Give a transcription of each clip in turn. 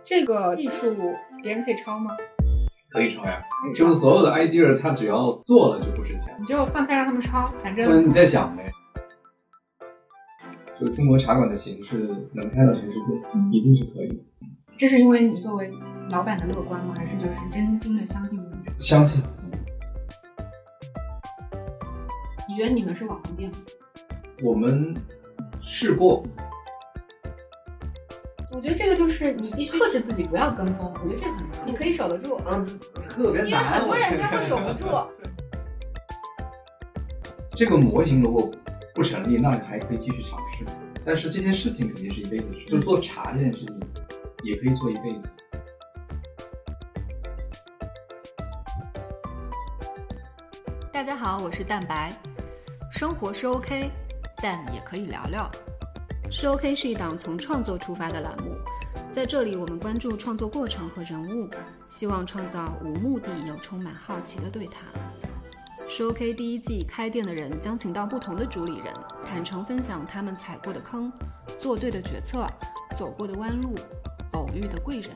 这个技术别人可以抄吗？ 可以抄呀，就是所有的 idea 它只要做了就不值钱， 你就放开让他们抄，反正不然你在想呗。就中国茶馆的形式能开到全世界，一定是可以的。 这是因为你作为老板的乐观吗？还是就是真心的相信这件事情？ 相信。 你觉得你们是网红店吗？ 我们试过。 我觉得这个就是你必须克制自己，不要跟风。我觉得这个很难，你可以守得住。 特别难， 因为很多人他会守不住。 这个模型如果不成立，那还可以继续尝试。但是这件事情肯定是一辈子的事，就做茶这件事情也可以做一辈子。 大家好，我是蛋白。生活是 OK， 但也可以聊聊。是 OK 是一档从创作出发的栏目，在这里我们关注创作过程和人物，希望创造无目的又充满好奇的对谈。是 OK 第一季开店的人将请到不同的主理人，坦诚分享他们踩过的坑、做对的决策、走过的弯路、偶遇的贵人。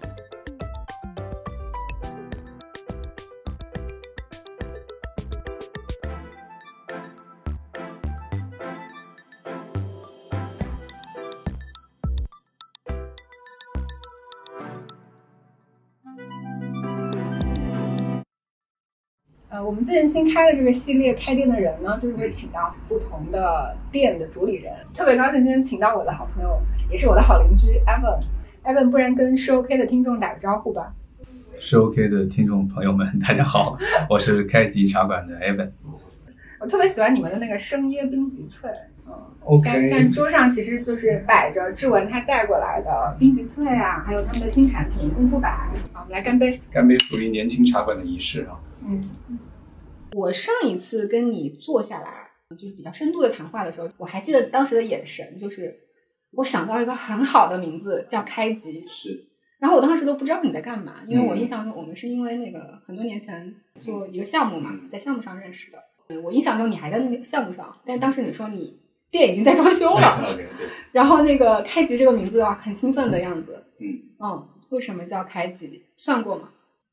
我们最近新开的这个系列开店的人呢，就是会请到不同的店的主理人。特别高兴今天请到我的好朋友，也是我的好邻居 Evan。不然跟是 OK 的听众打个招呼吧。 是 OK 的听众朋友们，大家好，我是开吉茶馆的 Evan。 我特别喜欢你们的那个生椰冰吉脆。 OK。 现在桌上其实就是摆着志文他带过来的冰吉脆啊，还有他们的新产品功夫白。好，我们来干杯。 干杯，属于年轻茶馆的仪式啊。 我上一次跟你坐下来就是比较深度的谈话的时候，我还记得当时的眼神，就是我想到一个很好的名字叫开吉。 是。 然后我当时都不知道你在干嘛，因为我印象中我们是因为那个很多年前做一个项目嘛，在项目上认识的。我印象中你还在那个项目上，但当时你说你店已经在装修了。然后那个开吉这个名字啊，很兴奋的样子。为什么叫开吉？算过吗？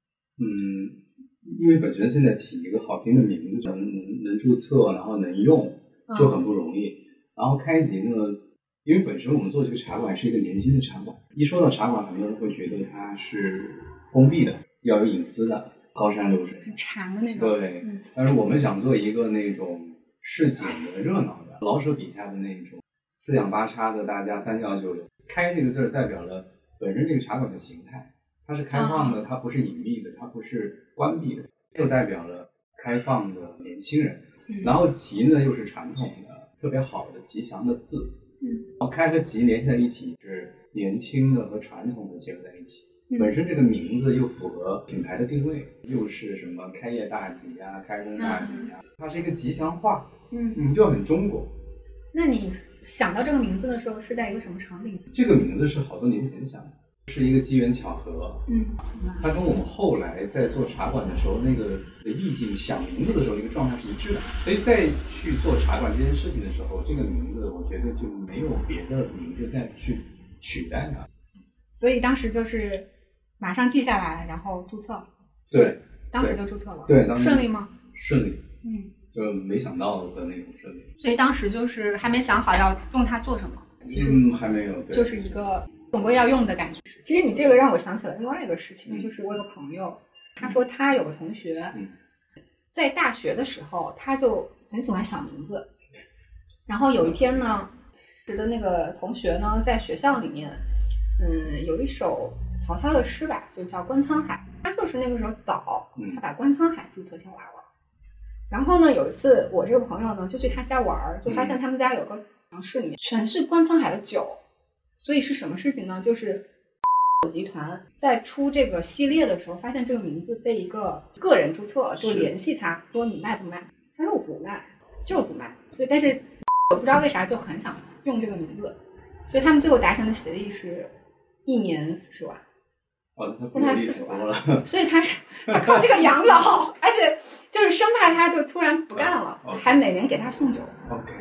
因为本身现在起一个好听的名字，能注册，然后能用，就很不容易。然后开吉呢，因为本身我们做这个茶馆是一个年轻的茶馆，一说到茶馆，很多人会觉得它是封闭的，要有隐私的，高山流水， 很禅的那种。 对，但是我们想做一个那种市井的、热闹的、老舍笔下的那种四仰八叉的，大家三教九流。开这个字代表了本身这个茶馆的形态。它是开放的，它不是隐秘的，它不是关闭的，又代表了开放的年轻人。然后吉呢又是传统的特别好的吉祥的字。然后开和吉联系在一起，是年轻的和传统的结合在一起。本身这个名字又符合品牌的定位，又是什么开业大吉啊、开工大吉啊，它是一个吉祥话。就很中国。 那你想到这个名字的时候是在一个什么场景下？ 这个名字是好多年前想的。是一个机缘巧合，它跟我们后来在做茶馆的时候那个意境想名字的时候那个状态是一致的，所以再去做茶馆这件事情的时候，这个名字我觉得就没有别的名字再去取代它， 所以当时就是马上记下来，然后注册。 对， 当时就注册了。 对，当时顺利吗？ 顺利，就没想到的那种顺利。 所以当时就是还没想好要用它做什么，其实还没有，对， 就是一个总归要用的感觉。其实你这个让我想起了另外一个事情，就是我有个朋友，他说他有个同学，在大学的时候他就很喜欢想名字，然后有一天呢，时的那个同学呢在学校里面，有一首曹操的诗吧，就叫《观沧海》，他就是那个时候早，他把《观沧海》注册下来了。然后呢，有一次我这个朋友呢就去他家玩，就发现他们家有个藏室里面全是观沧海的酒。所以是什么事情呢？就是集团在出这个系列的时候，发现这个名字被一个个人注册了，就联系他说你卖不卖？他说我不卖，就是不卖。所以但是我不知道为啥就很想用这个名字，所以他们最后达成的协议是1年40万。付他40万，所以他靠这个养老，而且就是生怕他就突然不干了，还每年给他送酒。 OK，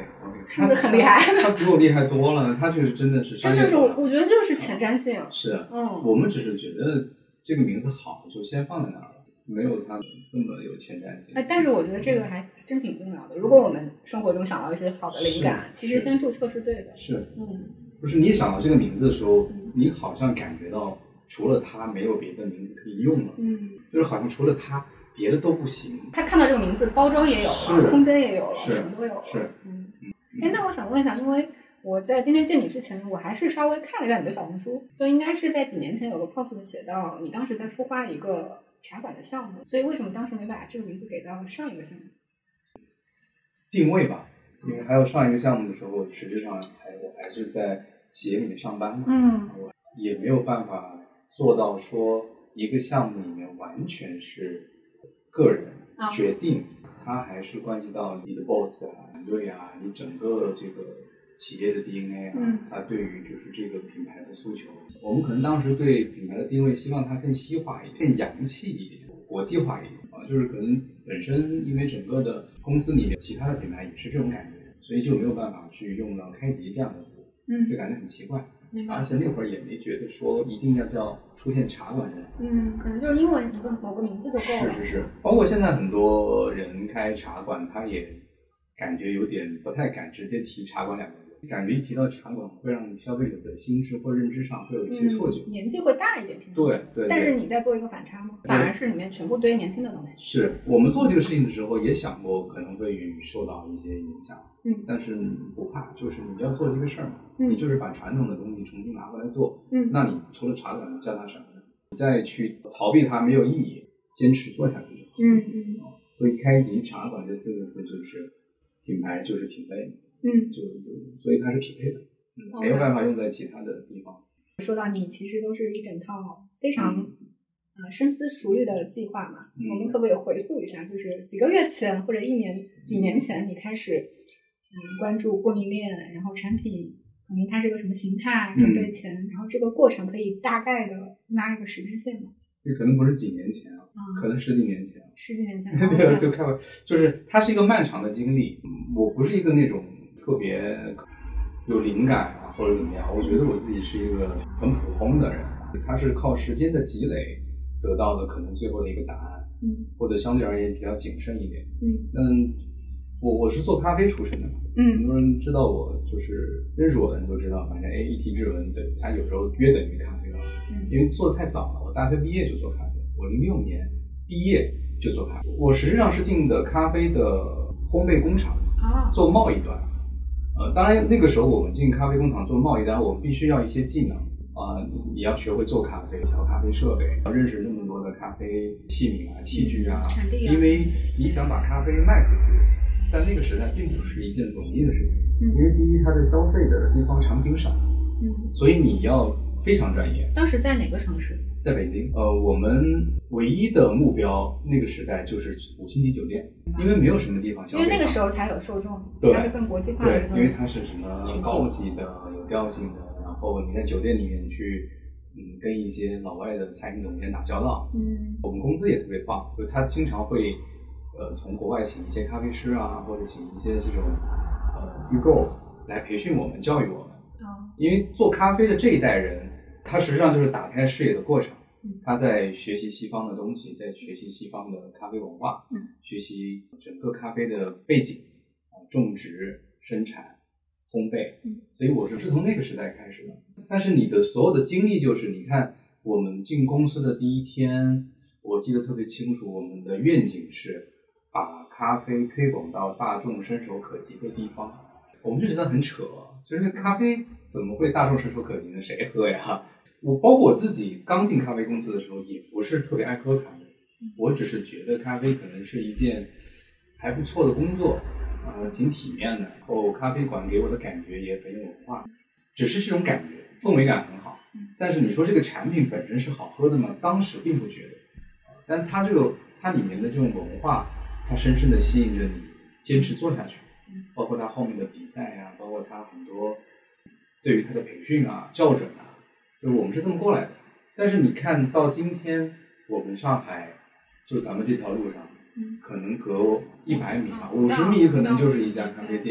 是不是很厉害？ 他比我厉害多了，他就是真的是商业。 真的是我觉得就是前瞻性。 是，我们只是觉得这个名字好，就先放在那儿了，没有他这么有前瞻性。 但是我觉得这个还真挺重要的。如果我们生活中想到一些好的灵感，其实先注册是对的。 是，就是你想到这个名字的时候，你好像感觉到除了它没有别的名字可以用了，就是好像除了它别的都不行。 他看到这个名字，包装也有了，空间也有了，什么都有了。 是， 那我想问一下，因为我在今天见你之前，我还是稍微看了一下你的小红书，就应该是在几年前有个 post 的写到你当时在孵化一个茶馆的项目，所以为什么当时没把这个名字给到上一个项目？ 定位吧，因为还有上一个项目的时候，实质上我还是在企业里面上班嘛，我也没有办法做到说一个项目里面完全是个人决定，它还是关系到你的 boss 啊、团队啊、你整个这个企业的 DNA 啊，它对于就是这个品牌的诉求。我们可能当时对品牌的定位希望它更西化一点、更洋气一点、国际化一点啊，就是可能本身因为整个的公司里面其他的品牌也是这种感觉，所以就没有办法去用到开集这样的字，就感觉很奇怪。而且那会儿也没觉得说一定要叫出现茶馆这样， 可能就是英文一个某个名字就够了。 是，包括现在很多人开茶馆，他也感觉有点不太敢直接提茶馆两个字，感觉一提到茶馆会让消费者的心智或认知上会有一些错觉， 年纪会大一点，听对。 但是你在做一个反差吗？反而是里面全部堆年轻的东西。 是我们做这个事情的时候也想过可能会受到一些影响，但是不怕，就是你要做这个事儿嘛，你就是把传统的东西重新拿过来做，那你除了茶馆你叫它什么呢？你再去逃避它没有意义，坚持做下去就好。所以开集茶馆这4个字就是品牌就是品类，所以它是匹配的，没有办法用在其他的地方。 说到你其实都是一整套非常深思熟虑的计划嘛，我们可不可以回溯一下，就是几个月前或者几年前你开始关注供应链，然后产品可能它是个什么形态，准备钱，然后这个过程可以大概的拉一个时间线吗？ 这可能不是几年前啊，可能10几年前。 10几年前， 对，就是它是一个漫长的经历。我不是一个那种特别有灵感啊或者怎么样，我觉得我自己是一个很普通的人，它是靠时间的积累得到的可能最后的一个答案，或者相对而言比较谨慎一点。我是做咖啡出身的嘛，很多人知道我，就是认识我的人都知道，反正一提志文，对，他有时候约等于咖啡了，因为做的太早了，我大学毕业就做咖啡，我06年毕业就做咖啡，我实际上是进的咖啡的烘焙工厂做贸易端，当然那个时候我们进咖啡工厂做贸易端，我们必须要一些技能你要学会做咖啡、调咖啡设备，要认识那么多的咖啡器皿啊、器具啊，因为你想把咖啡卖出去，在那个时代并不是一件容易的事情，因为第一，它的消费的地方场景少，所以你要非常专业。 当时在哪个城市？ 在北京。我们唯一的目标那个时代就是5星级酒店，因为没有什么地方消费， 因为那个时候才有受众，它是更国际化的。 对，因为它是什么高级的、有调性的，然后你在酒店里面去跟一些老外的餐饮总监打交道。我们公司也特别棒，就他经常会从国外请一些咖啡师啊，或者请一些这种预购来培训我们、教育我们。因为做咖啡的这一代人，他实际上就是打开视野的过程。他在学习西方的东西，在学习西方的咖啡文化，学习整个咖啡的背景，种植、生产、烘焙。所以我是从那个时代开始的。但是你的所有的经历就是，你看我们进公司的第一天，我记得特别清楚，我们的愿景是把咖啡推广到大众伸手可及的地方。我们就觉得很扯，就是咖啡怎么会大众伸手可及呢？谁喝呀？包括我自己刚进咖啡公司的时候，也不是特别爱喝咖啡，我只是觉得咖啡可能是一件还不错的工作，挺体面的。然后咖啡馆给我的感觉也很有文化，只是这种感觉，氛围感很好。但是你说这个产品本身是好喝的吗？当时并不觉得，但它里面的这种文化，它深深的吸引着你坚持做下去。包括它后面的比赛啊，包括它很多对于它的培训啊、校准啊，就是我们是这么过来的。但是你看到今天，我们上海就咱们这条路上，可能隔100米吧，50米可能就是一家咖啡店。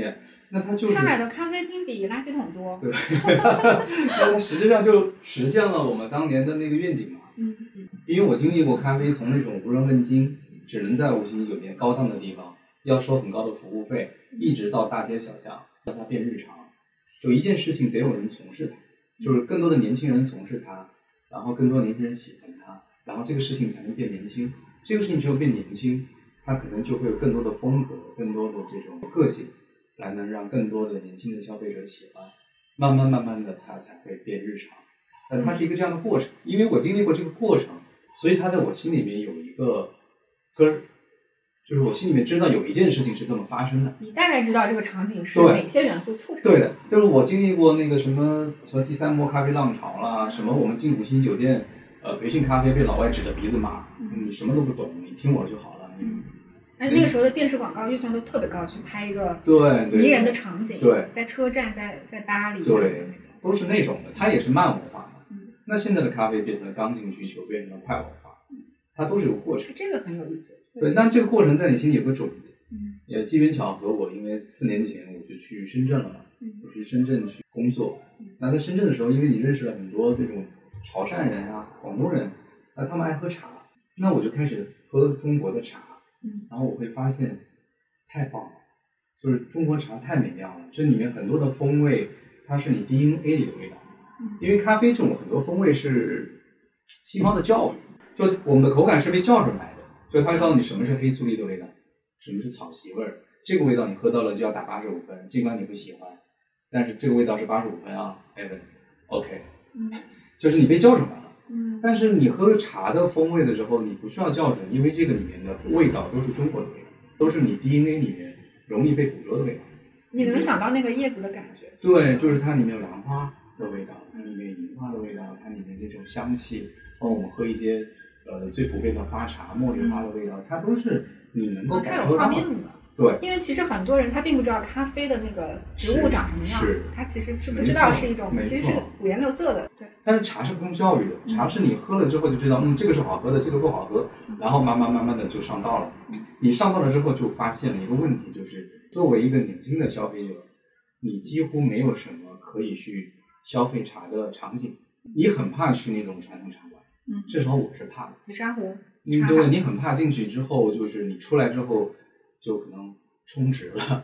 那它就是上海的咖啡厅比垃圾桶多。 对，那它实际上就实现了我们当年的那个愿景嘛。因为我经历过咖啡从那种无人问津，只能在5星级酒店高档的地方要收很高的服务费，一直到大街小巷，让它变日常。就一件事情得有人从事它，就是更多的年轻人从事它，然后更多的年轻人喜欢它，然后这个事情才能变年轻。这个事情只有变年轻，它可能就会有更多的风格，更多的这种个性，来能让更多的年轻的消费者喜欢。慢慢的，它才会变日常。它是一个这样的过程，因为我经历过这个过程，所以它在我心里面有一个根儿，就是我心里面知道有一件事情是这么发生的。 你大概知道这个场景是哪些元素促成的？ 对的，就是我经历过那个什么第3波咖啡浪潮啦，什么我们进5星酒店，培训咖啡被老外指着鼻子骂，你什么都不懂，你听我就好了。 那个时候的电视广告预算都特别高，去拍一个对迷人的场景， 对， 在车站，在巴黎， 对，都是那种的，它也是慢文化嘛。那现在的咖啡变成了刚性需求，变成了快文化，它都是有过程。 这个很有意思。 对，那这个过程在你心里有个种子。也机缘巧合，我因为4年前我就去深圳了嘛，我去深圳去工作。那在深圳的时候，因为你认识了很多这种潮汕人啊、广东人，那他们爱喝茶，那我就开始喝中国的茶。然后我会发现，太棒了，就是中国茶太美妙了，这里面很多的风味，它是你 DNA 里的味道。因为咖啡这种很多风味是西方的教育，就我们的口感是被教出来的，就它会告诉你什么是黑醋栗的味道，什么是草席味儿，这个味道你喝到了就要打85分，尽管你不喜欢，但是这个味道是85分啊 ，Evan OK， 就是你被校准完了。但是你喝茶的风味的时候，你不需要校准，因为这个里面的味道都是中国的味道，都是你 DNA 里面容易被捕捉的味道。 你能想到那个叶子的感觉？ 对，就是它里面有兰花的味道，它里面有银花的味道，它里面那种香气，包括我们喝一些最普遍的花茶、茉莉花的味道，它都是你能够感受到的。对， 因为其实很多人他并不知道咖啡的那个植物长什么样，他其实是不知道是一种其实是五颜六色的。对， 但是茶是不用教育的，茶是你喝了之后就知道，这个是好喝的，这个不好喝，然后慢慢的就上道了。你上道了之后就发现了一个问题，就是作为一个年轻的消费者，你几乎没有什么可以去消费茶的场景，你很怕去那种传统茶馆，至少我是怕的。 紫砂壶， 对，你很怕进去之后，就是你出来之后就可能充值了，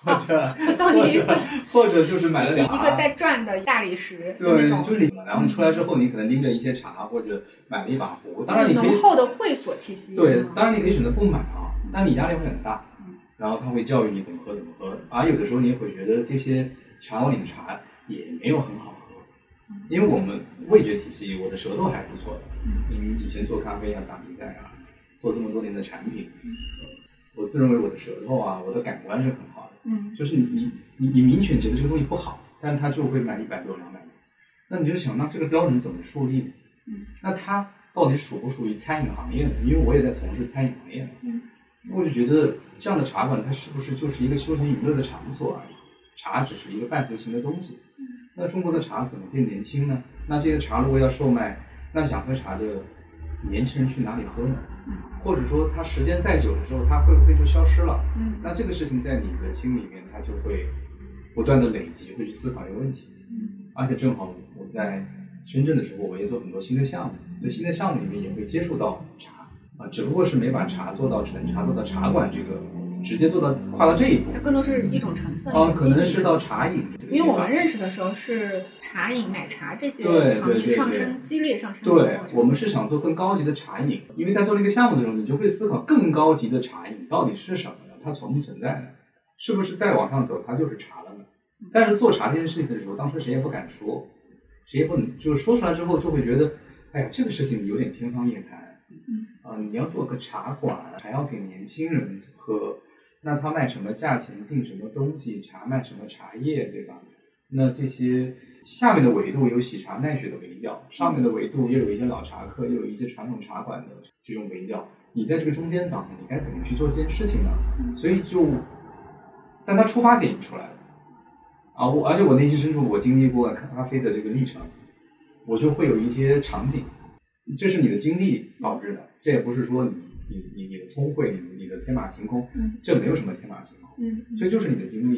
或者就是买了一个在转的大理石， 对，就是然后出来之后，你可能拎着一些茶，或者买了一把壶，当然你可以浓厚的会所气息。 对，当然你可以选择不买啊，但你压力会很大。然后他会教育你怎么喝，而有的时候你也会觉得这些茶馆里的茶也没有很好喝，因为我们味觉体系，我的舌头还不错的。以前做咖啡啊、打比赛啊，做这么多年的产品。我自认为我的舌头啊，我的感官是很好的，就是你明显觉得这个东西不好，但它就会卖100多、200多，那你就想，那这个标准怎么树立呢？那它到底属不属于餐饮行业呢？因为我也在从事餐饮行业嘛，我就觉得这样的茶馆，它是不是就是一个休闲娱乐的场所而已？茶只是一个伴随型的东西。那中国的茶怎么变年轻呢？那这些茶如果要售卖，那想喝茶的年轻人去哪里喝呢？或者说他时间再久的时候，他会不会就消失了？那这个事情在你的心里面，它就会不断的累积，会去思考这个问题。而且正好我在深圳的时候，我也做很多新的项目，在新的项目里面也会接触到茶只不过是没把茶做到纯茶，做到茶馆这个直接做到跨到这一步， 它更多是一种成分可能是到茶饮。 因为我们认识的时候是茶饮、奶茶这些行业上升激烈上升。 对，我们是想做更高级的茶饮，因为在做这个项目的时候，你就会思考更高级的茶饮到底是什么呢？它存不存在呢？是不是再往上走它就是茶了呢？但是做茶这件事情的时候，当时谁也不敢说，谁也不能，就是说出来之后就会觉得，哎呀，这个事情有点天方夜谭。你要做个茶馆，还要给年轻人喝，那他卖什么价钱，定什么东西，茶卖什么茶叶，对吧？那这些下面的维度有喜茶耐雪的围剿，上面的维度又有一些老茶客，又有一些传统茶馆的这种围剿，你在这个中间当中，你该怎么去做这件事情呢？所以但它出发点出来了而且我内心深处我经历过咖啡的这个历程，我就会有一些场景，这是你的经历导致的，这也不是说你的聪慧，你的天马行空，这没有什么天马行空，这就是你的经历。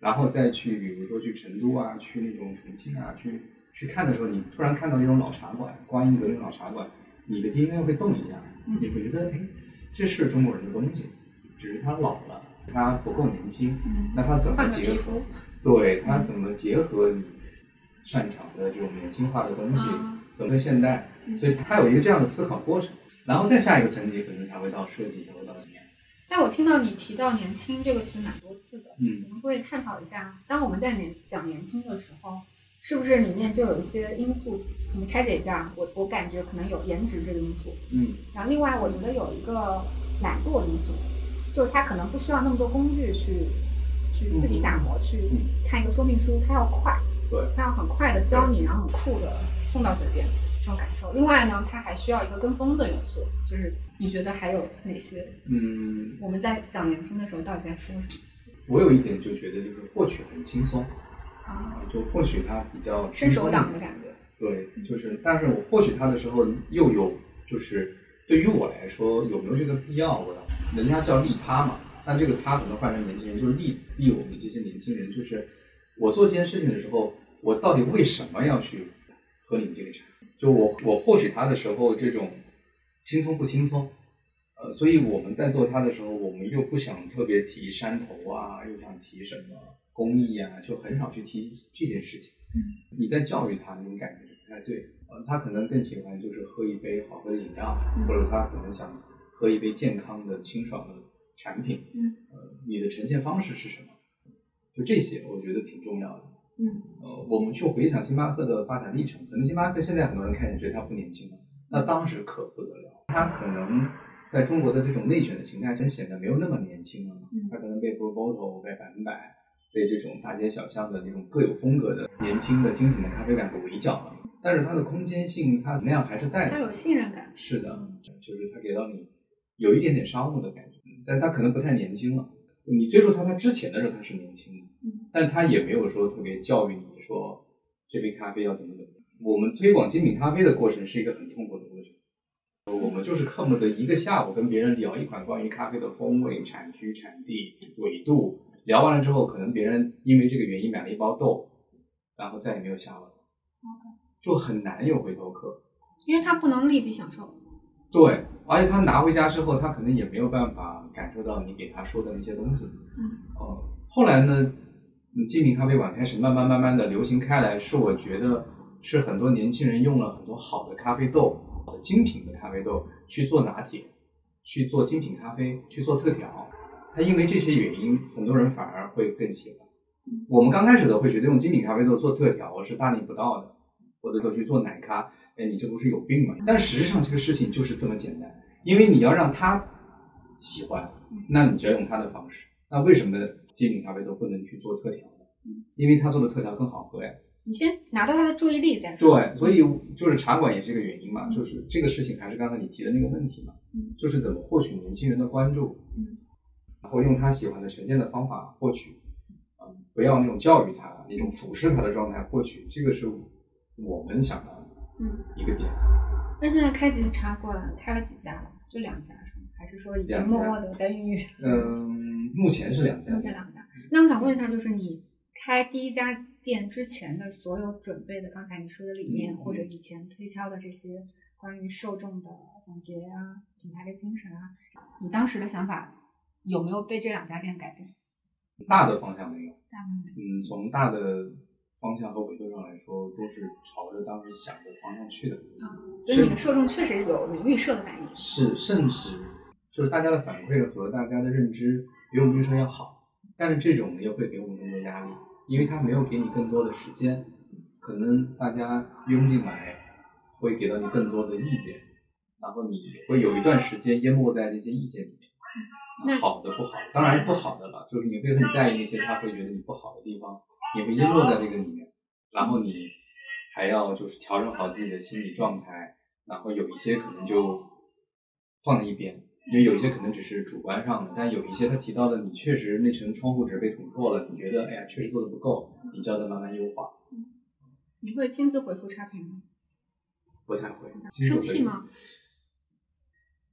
然后再去比如说去成都啊，去那种重庆啊，去看的时候，你突然看到那种老茶馆，光阴阁那种老茶馆，你的 DNA 会动一下，你会觉得哎，这是中国人的东西，只是它老了，它不够年轻，那它怎么结合？对，它怎么结合你擅长的这种年轻化的东西，怎么现代？所以它有一个这样的思考过程，然后再下一个层级可能才会到设计，才会到什么样。 但我听到你提到年轻这个词蛮多次的，我们会探讨一下，当我们在讲年轻的时候，是不是里面就有一些因素，我们拆解一下。我感觉可能有颜值这个因素，然后另外我觉得有一个懒惰因素，就是他可能不需要那么多工具去自己打磨，去看一个说明书，他要快， 对， 他要很快的教你，然后很酷的送到嘴边。这种感受。另外呢，它还需要一个跟风的元素，就是你觉得还有哪些？我们在讲年轻的时候到底在说什么？ 我有一点就觉得就是获取很轻松就获取它比较伸手党的感觉。 对，就是但是我获取它的时候又有就是对于我来说有没有这个必要？人家叫利他嘛，但这个他可能换成年轻人就是利我们这些年轻人，就是我做这件事情的时候，我到底为什么要去喝你们这个茶？就我获取它的时候，这种轻松不轻松？所以我们在做它的时候，我们又不想特别提山头啊，又想提什么公益啊，就很少去提这件事情。你在教育他那种感觉不太对。他可能更喜欢就是喝一杯好喝的饮料，或者他可能想喝一杯健康的清爽的产品。你的呈现方式是什么？就这些，我觉得挺重要的。我们去回想星巴克的发展历程，可能星巴克现在很多人看见觉得它不年轻了，那当时可不得了。它可能在中国的这种内卷的形态显得没有那么年轻了，它可能被 Blue Bottle、被100%、被这种大街小巷的那种各有风格的年轻的精品的咖啡馆给围剿了。但是它的空间性，它能量还是在的， 它有信任感。 是的，就是它给到你有一点点商务的感觉，但它可能不太年轻了。你追溯它之前的时候，它是年轻的，但它也没有说特别教育你说这杯咖啡要怎么。我们推广精品咖啡的过程是一个很痛苦的过程。我们就是恨不得一个下午跟别人聊一款关于咖啡的风味、产区、产地、纬度，聊完了之后，可能别人因为这个原因买了一包豆，然后再也没有下文，就很难有回头客， 因为他不能立即享受。 对，而且他拿回家之后，他可能也没有办法感受到你给他说的那些东西。后来呢，精品咖啡馆开始慢慢的流行开来，是我觉得是很多年轻人用了很多好的咖啡豆，精品的咖啡豆去做拿铁，去做精品咖啡，去做特调。他因为这些原因，很多人反而会更喜欢。我们刚开始的会觉得用精品咖啡豆做特调是大逆不道的，或者说去做奶咖，你这不是有病吗？但实际上这个事情就是这么简单，因为你要让他喜欢，那你就要用他的方式。那为什么精品咖啡豆不能去做特调呢？因为他做的特调更好喝呀。 你先拿到他的注意力再说。 对，所以就是茶馆也是这个原因嘛，就是这个事情还是刚才你提的那个问题嘛，就是怎么获取年轻人的关注，然后用他喜欢的呈现的方法获取，不要那种教育他、那种俯视他的状态获取，这个是我们想到的一个点。 那现在开吉茶馆开了几家了？就2家是吗？还是说已经默默的在孕育？ 目前是2家。 目前2家。那我想问一下，就是你开第一家店之前的所有准备的，刚才你说的理念，或者以前推敲的这些关于受众的总结啊、品牌的精神啊，你当时的想法有没有被这2家店改变？ 大的方向没有。从大的方向和纬度上来说，都是朝着当时想的方向去的。 所以你的受众确实有你预设的反应。 是，甚至就是大家的反馈和大家的认知比我们预设要好，但是这种又会给我们更多压力，因为它没有给你更多的时间，可能大家涌进来会给到你更多的意见，然后你会有一段时间淹没在这些意见里面，好的不好的，当然不好的了，就是你会很在意那些他会觉得你不好的地方，你会淹没在这个里面，然后你还要就是调整好自己的心理状态，然后有一些可能就放在一边，因为有一些可能只是主观上的，但有一些他提到的你确实那层窗户纸被捅破了，你觉得哎呀确实做的不够，你就要再慢慢优化。 你会亲自回复差评吗？ 不太会。 生气吗？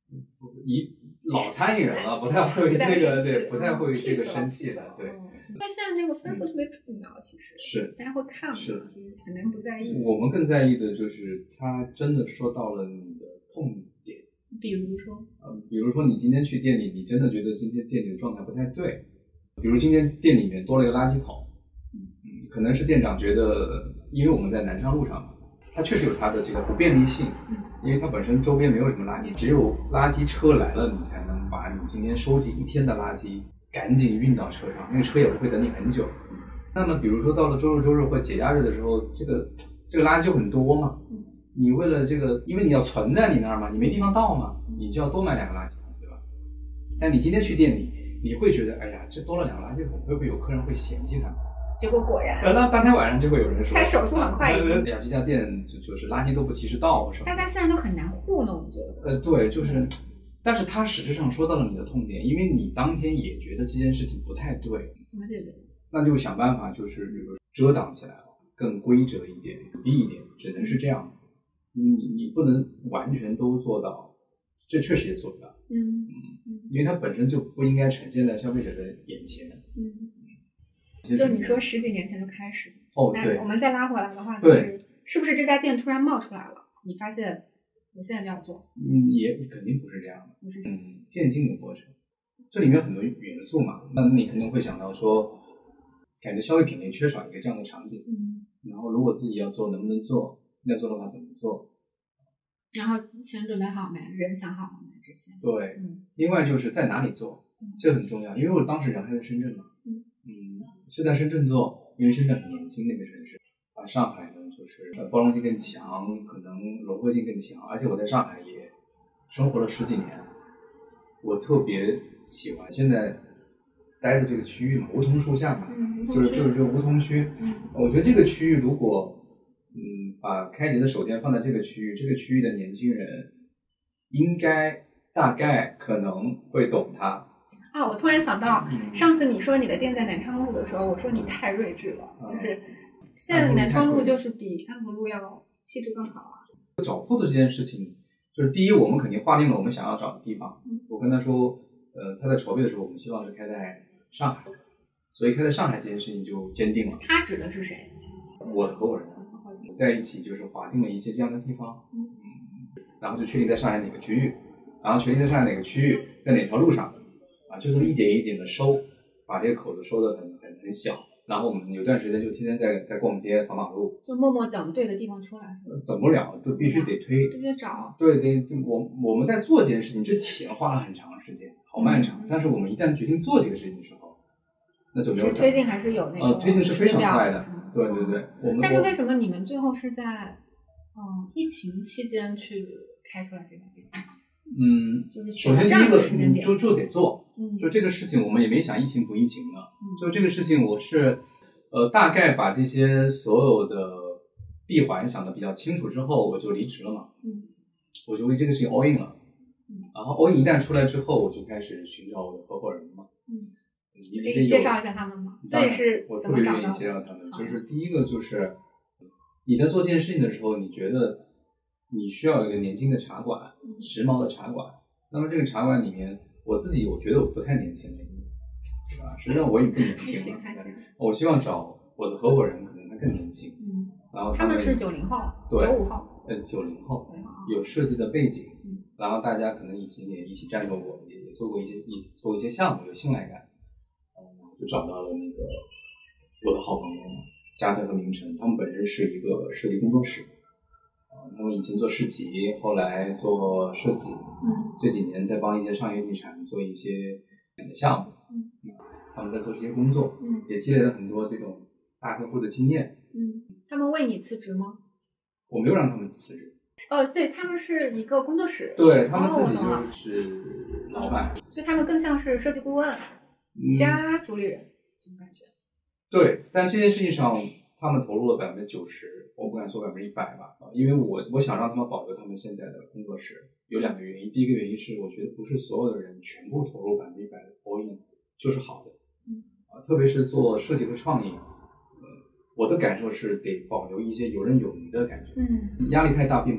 老餐饮人了，不太会这个，对，不太会这个生气的，对。 因为现在这个分数特别重要，其实是大家会看嘛， 是就是很难不在意。 我们更在意的就是他真的说到了你的痛点， 比如说你今天去店里，你真的觉得今天店里的状态不太对，比如今天店里面多了一个垃圾桶，可能是店长觉得，因为我们在南昌路上嘛，它确实有它的这个不便利性，因为它本身周边没有什么垃圾，只有垃圾车来了，你才能把你今天收集一天的垃圾赶紧运到车上，那个车也不会等你很久。那么比如说到了周六周日或节假日的时候，这个垃圾就很多嘛，你为了这个，因为你要存在你那儿嘛，你没地方倒嘛，你就要多买2个垃圾桶，对吧？但你今天去店里，你会觉得，哎呀，这多了2个垃圾桶，会不会有客人会嫌弃它？ 结果果然， 那当天晚上就会有人说， 他手速很快， 哎呀，这家店就是垃圾都不及时倒什么。 大家现在都很难糊弄，我觉得。 对，就是，但是他实质上说到了你的痛点，因为你当天也觉得这件事情不太对， 怎么解决？ 那就想办法，就是比如说遮挡起来了，更规则一点，逼一点，只能是这样。你不能完全都做到，这确实也做不到。因为它本身就不应该呈现在消费者的眼前。 就你说10几年前就开始， 对， 我们再拉回来的话，是不是这家店突然冒出来了？你发现我现在就要做？ 也肯定不是这样的，不是渐进的过程。这里面有很多元素嘛，那你肯定会想到说，感觉消费品类缺少一个这样的场景。然后如果自己要做，能不能做？要做的话怎么做？ 然后钱准备好没？人想好了没？这些。 对，另外就是在哪里做，这很重要，因为我当时人还在深圳嘛。是在深圳做，因为深圳很年轻的一个城市，上海呢就是包容性更强，可能融合性更强，而且我在上海也生活了10几年，我特别喜欢现在待的这个区域嘛，梧桐树下嘛，就是这个梧桐区，我觉得这个区域如果把开杰的手店放在这个区域，这个区域的年轻人应该大概可能会懂它。 我突然想到，上次你说你的店在南昌路的时候，我说你太睿智了，就是现在南昌路就是比安福路要气质更好啊。 找铺子这件事情，就是第一，我们肯定划定了我们想要找的地方。我跟他说，他在筹备的时候，我们希望是开在上海，所以开在上海这件事情就坚定了。 他指的是谁？ 我的合伙人在一起，就是划定了一些这样的地方，然后就确定在上海哪个区域，然后确定在上海哪个区域，在哪条路上。就这么一点一点的收，把这个口子收得很小，然后我们有段时间就天天在逛街扫马路， 就默默等对的地方出来。 等不了，都必须得推， 对，找。 对，我们在做这件事情之前花了很长时间，好漫长。但是我们一旦决定做这个事情的时候，那就没有。 推进还是有那个推进是非常快的，对。 但是为什么你们最后是在疫情期间去开出来这家店？就是首先第一个就得做，就这个事情我们也没想疫情不疫情的，就这个事情我是大概把这些所有的闭环想得比较清楚之后，我就离职了嘛，我就为这个事情 all in 了，然后 all in 一旦出来之后，我就开始寻找我的合伙人嘛， 可以介绍一下他们吗？所以是我特别愿意介绍他们，就是第一个就是你在做这件事情的时候，你觉得你需要一个年轻的茶馆，时髦的茶馆。那么这个茶馆里面，我觉得我不太年轻了，对吧？实际上我也不年轻了。我希望找我的合伙人，可能他更年轻。然后他们是90后、95后。 90后，有设计的背景，然后大家可能以前也一起战斗过，也做过一些项目，有信赖感。就找到了那个我的好朋友加特和明晨，他们本身是一个设计工作室。他们以前做市集，后来做设计，这几年在帮一些商业地产做一些项目，他们在做这些工作，也积累了很多这种大客户的经验。 他们为你辞职吗？ 我没有让他们辞职。 对，他们是一个工作室， 对，他们自己就是老板， 所以他们更像是设计顾问加主理人这种感觉。 对，但这件事情上他们投入了90%，我不敢说100%吧，因为我想让他们保留他们现在的工作室，有2个原因。第一个原因是我觉得不是所有的人全部投入100%的 all in 就是好的，特别是做设计和创意，我的感受是得保留一些游刃有余的感觉，压力太大并不好，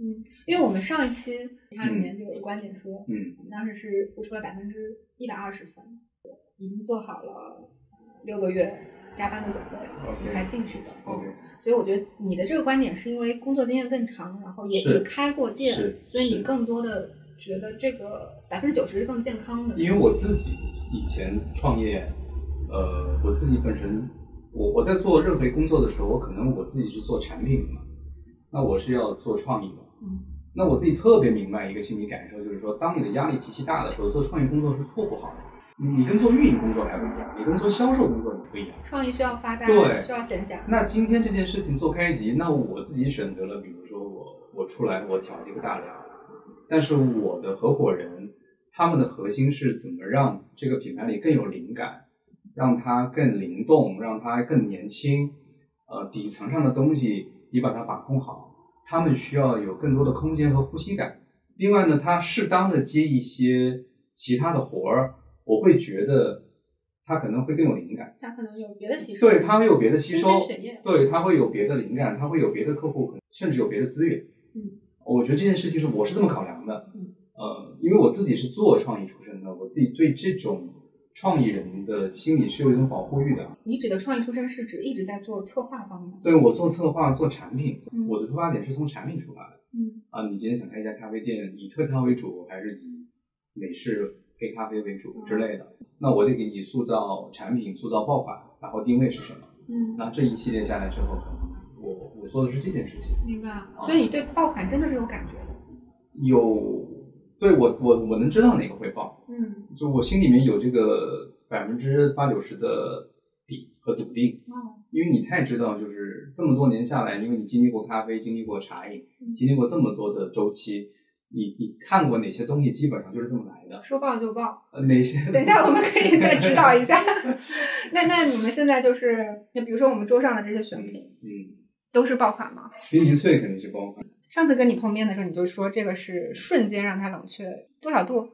因为我们上一期它里面就有观点说，我们当时是付出了120%分，已经做好了6个月加班的准备，才进去的。所以我觉得你的这个观点是因为工作经验更长，然后也开过店，所以你更多的觉得这个90%是更健康的。 因为我自己以前创业，我自己本身，我在做任何工作的时候，我可能我自己是做产品的嘛，那我是要做创意的。那我自己特别明白一个心理感受，就是说，当你的压力极其大的时候，做创意工作是做不好的。你跟做运营工作还不一样，你跟做销售工作也不一样。 创意需要发呆， 对， 需要闲暇。 那今天这件事情做开集，那我自己选择了，比如说我出来我挑这个大梁，但是我的合伙人他们的核心是怎么让这个品牌里更有灵感，让它更灵动，让它更年轻。底层上的东西你把它把控好，他们需要有更多的空间和呼吸感。另外呢，他适当的接一些其他的活儿，我会觉得他可能会更有灵感， 他可能有别的吸收， 对，他会有别的吸收， 对， 他会有别的灵感，他会有别的客户，甚至有别的资源。我觉得这件事情我是这么考量的。因为我自己是做创意出身的，我自己对这种创意人的心理是有一种保护欲的。 你指的创意出身是指一直在做策划方面的？ 对，我做策划做产品，我的出发点是从产品出发的。你今天想开一家咖啡店，以特调为主还是以美式黑咖啡为主之类的，那我得给你塑造产品，塑造爆款，然后定位是什么。那这一系列下来之后，可能我做的是这件事情。 明白。所以你对爆款真的是有感觉的？ 有，对，我能知道哪个会爆。就我心里面有这个80%-90%的底和笃定。因为你太知道，就是这么多年下来，因为你经历过咖啡，经历过茶饮，经历过这么多的周期，你看过哪些东西基本上就是这么来的， 说爆就爆。 哪些？ 等一下我们可以再指导一下。那你们现在就是，那比如说我们桌上的这些选品，都是爆款吗？ 冰淇脆肯定是爆款。 上次跟你碰面的时候，你就说这个是瞬间让它冷却多少度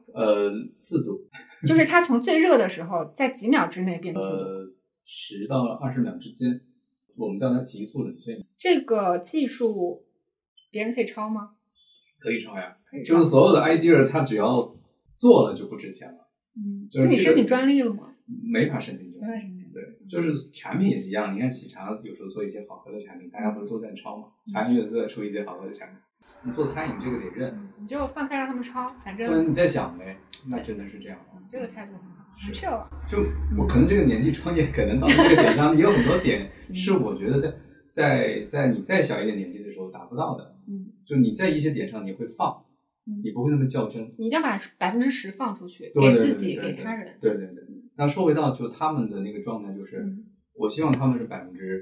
？4度， 就是它从最热的时候，在几秒之内变4度 ，10到20秒之间，我们叫它急速冷却。这个技术别人可以抄吗？ 可以抄呀，就是所有的 idea， 它只要做了就不值钱了。 那你申请专利了吗？ 没法申请专利。对，就是产品也是一样。你看喜茶有时候做一些好喝的产品，大家不是都在抄吗？茶颜悦色出一些好喝的产品，你做餐饮这个得认， 你就放开让他们抄，反正。 对，你在想呗，那真的是这样。 这个态度很好，很 chill。 就我可能这个年纪创业，可能到这个点上，也有很多点是我觉得在你再小一点年纪的时候达不到的。就你在一些点上你会放，你不会那么较真。 你一定要把10%放出去，给自己，给他人。 对。那说回到就他们的那个状态，就是我希望他们是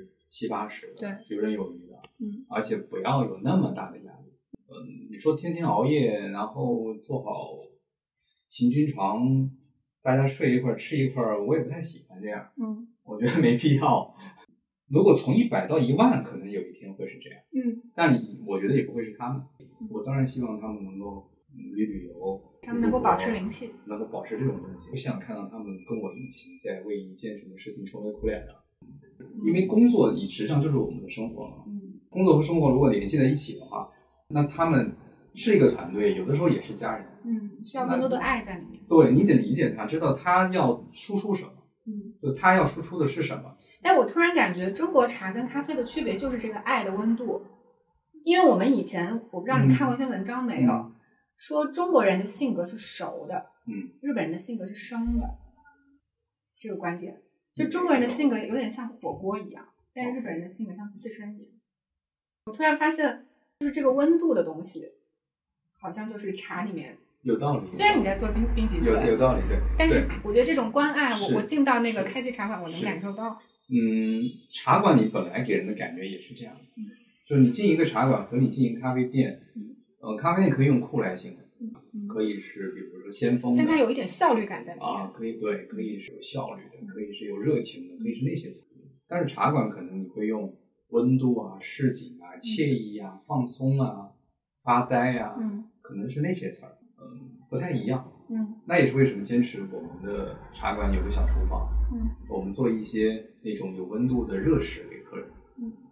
70%-80%的游刃有余的，而且不要有那么大的压力。你说天天熬夜，然后做好行军床，大家睡一块吃一块，我也不太喜欢这样。我觉得没必要。如果从100到1万，可能有一天会是这样。但我觉得也不会是他们。我当然希望他们能够旅游， 他们能够保持灵气， 能够保持这种东西。我想看到他们跟我一起在为一件什么事情愁眉苦脸的。因为工作实际上就是我们的生活嘛。工作和生活如果联系在一起的话，那他们是一个团队，有的时候也是家人。 需要更多的爱在里面。 对，你得理解他，知道他要输出什么。就他要输出的是什么。 我突然感觉中国茶跟咖啡的区别就是这个爱的温度。因为我们以前，我不知道你看过一篇文章没有，说中国人的性格是熟的，日本人的性格是生的。这个观点，就中国人的性格有点像火锅一样，但是日本人的性格像刺身一样。我突然发现，就是这个温度的东西，好像就是茶里面有道理。 虽然你在做冰淇淋， 有道理，对。 但是我觉得这种关爱，我进到那个开记茶馆，我能感受到。 茶馆你本来给人的感觉也是这样的。就是你进一个茶馆和你进一个咖啡店，咖啡店可以用酷来形容，可以是比如说先锋的， 但它有一点效率感在里面可以是有效率的，可以是有热情的，可以是那些词。但是茶馆可能你会用温度啊、市井啊、惬意啊、放松啊、发呆啊，可能是那些词儿，不太一样。那也是为什么坚持我们的茶馆有个小厨房，我们做一些那种有温度的热食给客人。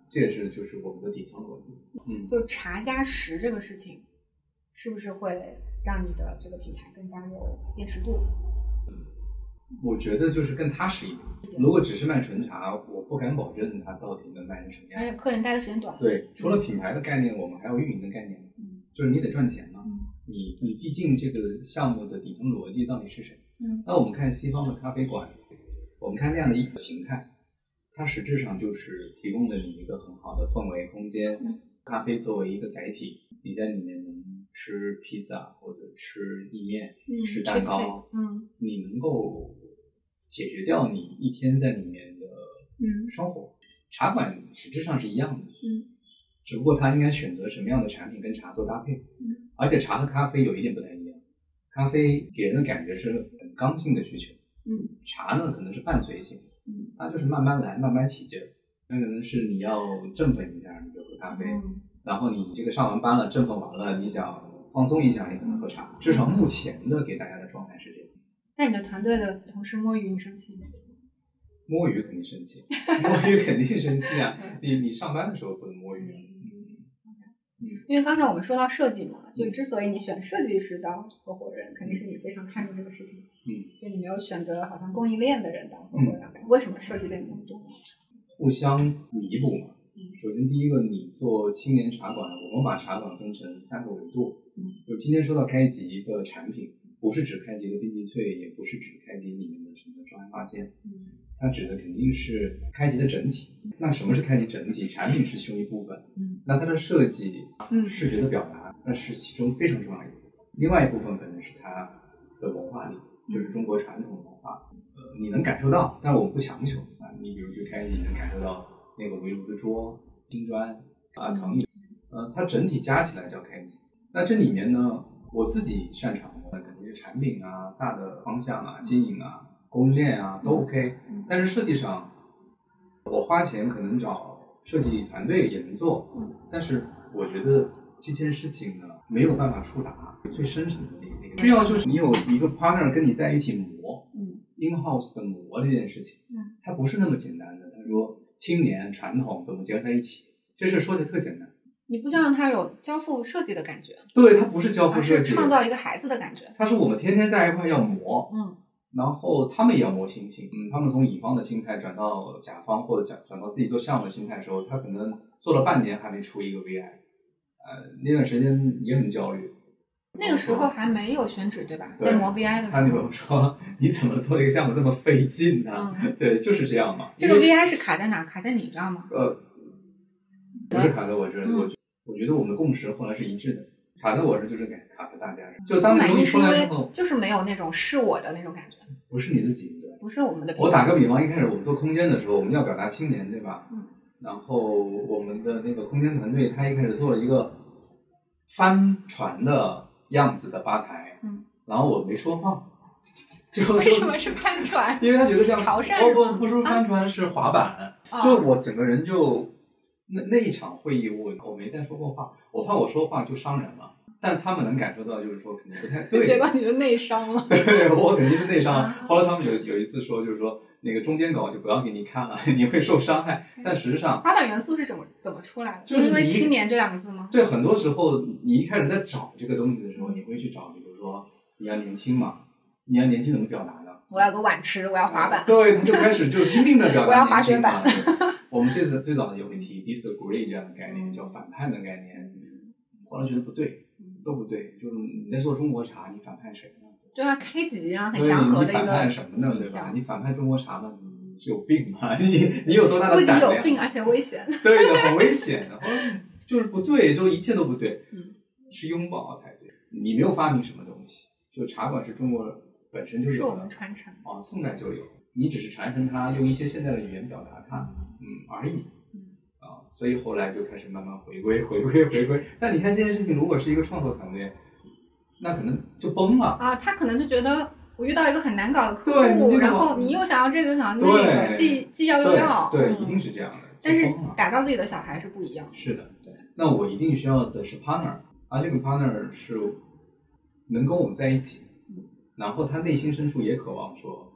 这也是就是我们的底层逻辑。 就茶加实这个事情，是不是会让你的这个品牌更加有辨识度？ 我觉得就是更踏实一点。如果只是卖纯茶，我不敢保证它到底能卖成什么样子。 而且客人待的时间短。 对，除了品牌的概念，我们还有运营的概念。就是你得赚钱嘛。你毕竟这个项目的底层逻辑到底是什么？那我们看西方的咖啡馆，我们看那样的一个形态，它实质上就是提供了你一个很好的氛围空间。咖啡作为一个载体，你在里面能吃披萨或者吃意面，吃蛋糕，你能够解决掉你一天在里面的生活。茶馆实质上是一样的，只不过它应该选择什么样的产品跟茶做搭配。而且茶和咖啡有一点不太一样，咖啡给人的感觉是很刚性的需求，茶呢可能是伴随性，它就是慢慢来，慢慢起劲儿。那可能是你要振奋一下，你就喝咖啡，然后你这个上完班了，振奋完了，你想放松一下，你可能喝茶。至少目前的给大家的状态是这样。 那你的团队的同事摸鱼，你生气吗？ 摸鱼肯定生气，摸鱼肯定生气啊！你上班的时候不能摸鱼。 因为刚才我们说到设计嘛，就之所以你选设计师当合伙人，肯定是你非常看重这个事情。就你没有选择好像供应链的人当合伙人，为什么设计对你那么重要？ 互相弥补嘛。首先第一个，你做青年茶馆，我们把茶馆分成3个维度。就今天说到开集的产品，不是指开集的冰激萃，也不是指开集里面的什么庄园发现，它指的肯定是开集的整体。那什么是开集整体？产品是其中一部分，那它的设计、视觉的表达，那是其中非常重要的一部分。另外一部分可能是它的文化力，就是中国传统文化。你能感受到，但是我们不强求啊。你比如去开集，你能感受到那个围炉的桌、金砖啊、藤椅，它整体加起来叫开集。那这里面呢，我自己擅长的肯定是产品啊、大的方向啊、经营啊、供应链啊都 OK，但是设计上，我花钱可能找设计团队也能做，但是我觉得这件事情呢没有办法触达最深层的那个需要，就是你有一个 partner 跟你在一起磨，in-house 的磨这件事情，它不是那么简单的。他说青年传统怎么结合在一起，这事说起来特简单。 你不想让他有交付设计的感觉， 对，它不是交付设计， 而是创造一个孩子的感觉。 它是我们天天在一块要磨，然后他们也要磨心性，他们从乙方的心态转到甲方或者转到自己做项目的心态的时候，他可能做了半年还没出一个 VI，那段时间也很焦虑。 那个时候还没有选址对吧？在磨 VI 的时候， 他那种说你怎么做这个项目这么费劲呢？对，就是这样嘛。 这个 VI 是卡在哪？卡在你这儿吗？ 不是卡在我这儿，我觉得我们的共识后来是一致的。卡在我这就是卡在大家这，就当你出来之后， 就是没有那种是我的那种感觉， 不是你自己的， 不是我们的。 我打个比方，一开始我们做空间的时候，我们要表达青年，对吧？然后我们的那个空间团队，他一开始做了一个帆船的样子的吧台，然后我没说话。 为什么是帆船？ 因为他觉得这样潮汕不是帆船，是滑板。就我整个人就那一场会议，我没再说过话，我怕我说话就伤人了。但他们能感受到，就是说肯定不太对。 结果你就内伤了。 对，我肯定是内伤。后来他们有一次说，就是说那个中间稿就不要给你看了，你会受伤害。但实际上， 滑板元素是怎么出来的？就是因为青年这2个字吗？ 对，很多时候你一开始在找这个东西的时候，你会去找，比如说你要年轻嘛，你要年轻怎么表达呢？ 我要个碗吃，我要滑板。 对，他就开始就拼命的表达。 我要滑雪板。 我们最早有一提 disagree 这样的概念，叫反叛的概念。后来觉得不对。都不对，就是你在做中国茶，你反叛谁呢？ 对啊，开集啊，很祥和的一个。 你反叛什么呢？对吧？你反叛中国茶吗？你是有病吗？你有多大的胆量？ 不仅有病，而且危险。 对的，很危险的，就是不对，就一切都不对。是拥抱才对。你没有发明什么东西，就茶馆是中国本身就有的， 是我们传承啊，宋代就有，你只是传承它，用一些现代的语言表达它，而已。所以后来就开始慢慢回归。但你看这件事情，如果是一个创作团队，那可能就崩了啊！他可能就觉得我遇到一个很难搞的客户，然后你又想要这个，又想要那个，既要又要， 对，一定是这样的。 但是打造自己的小孩是不一样的。 是的，对。那我一定需要的是 partner， 而这个 partner 是能跟我们在一起，然后他内心深处也渴望说，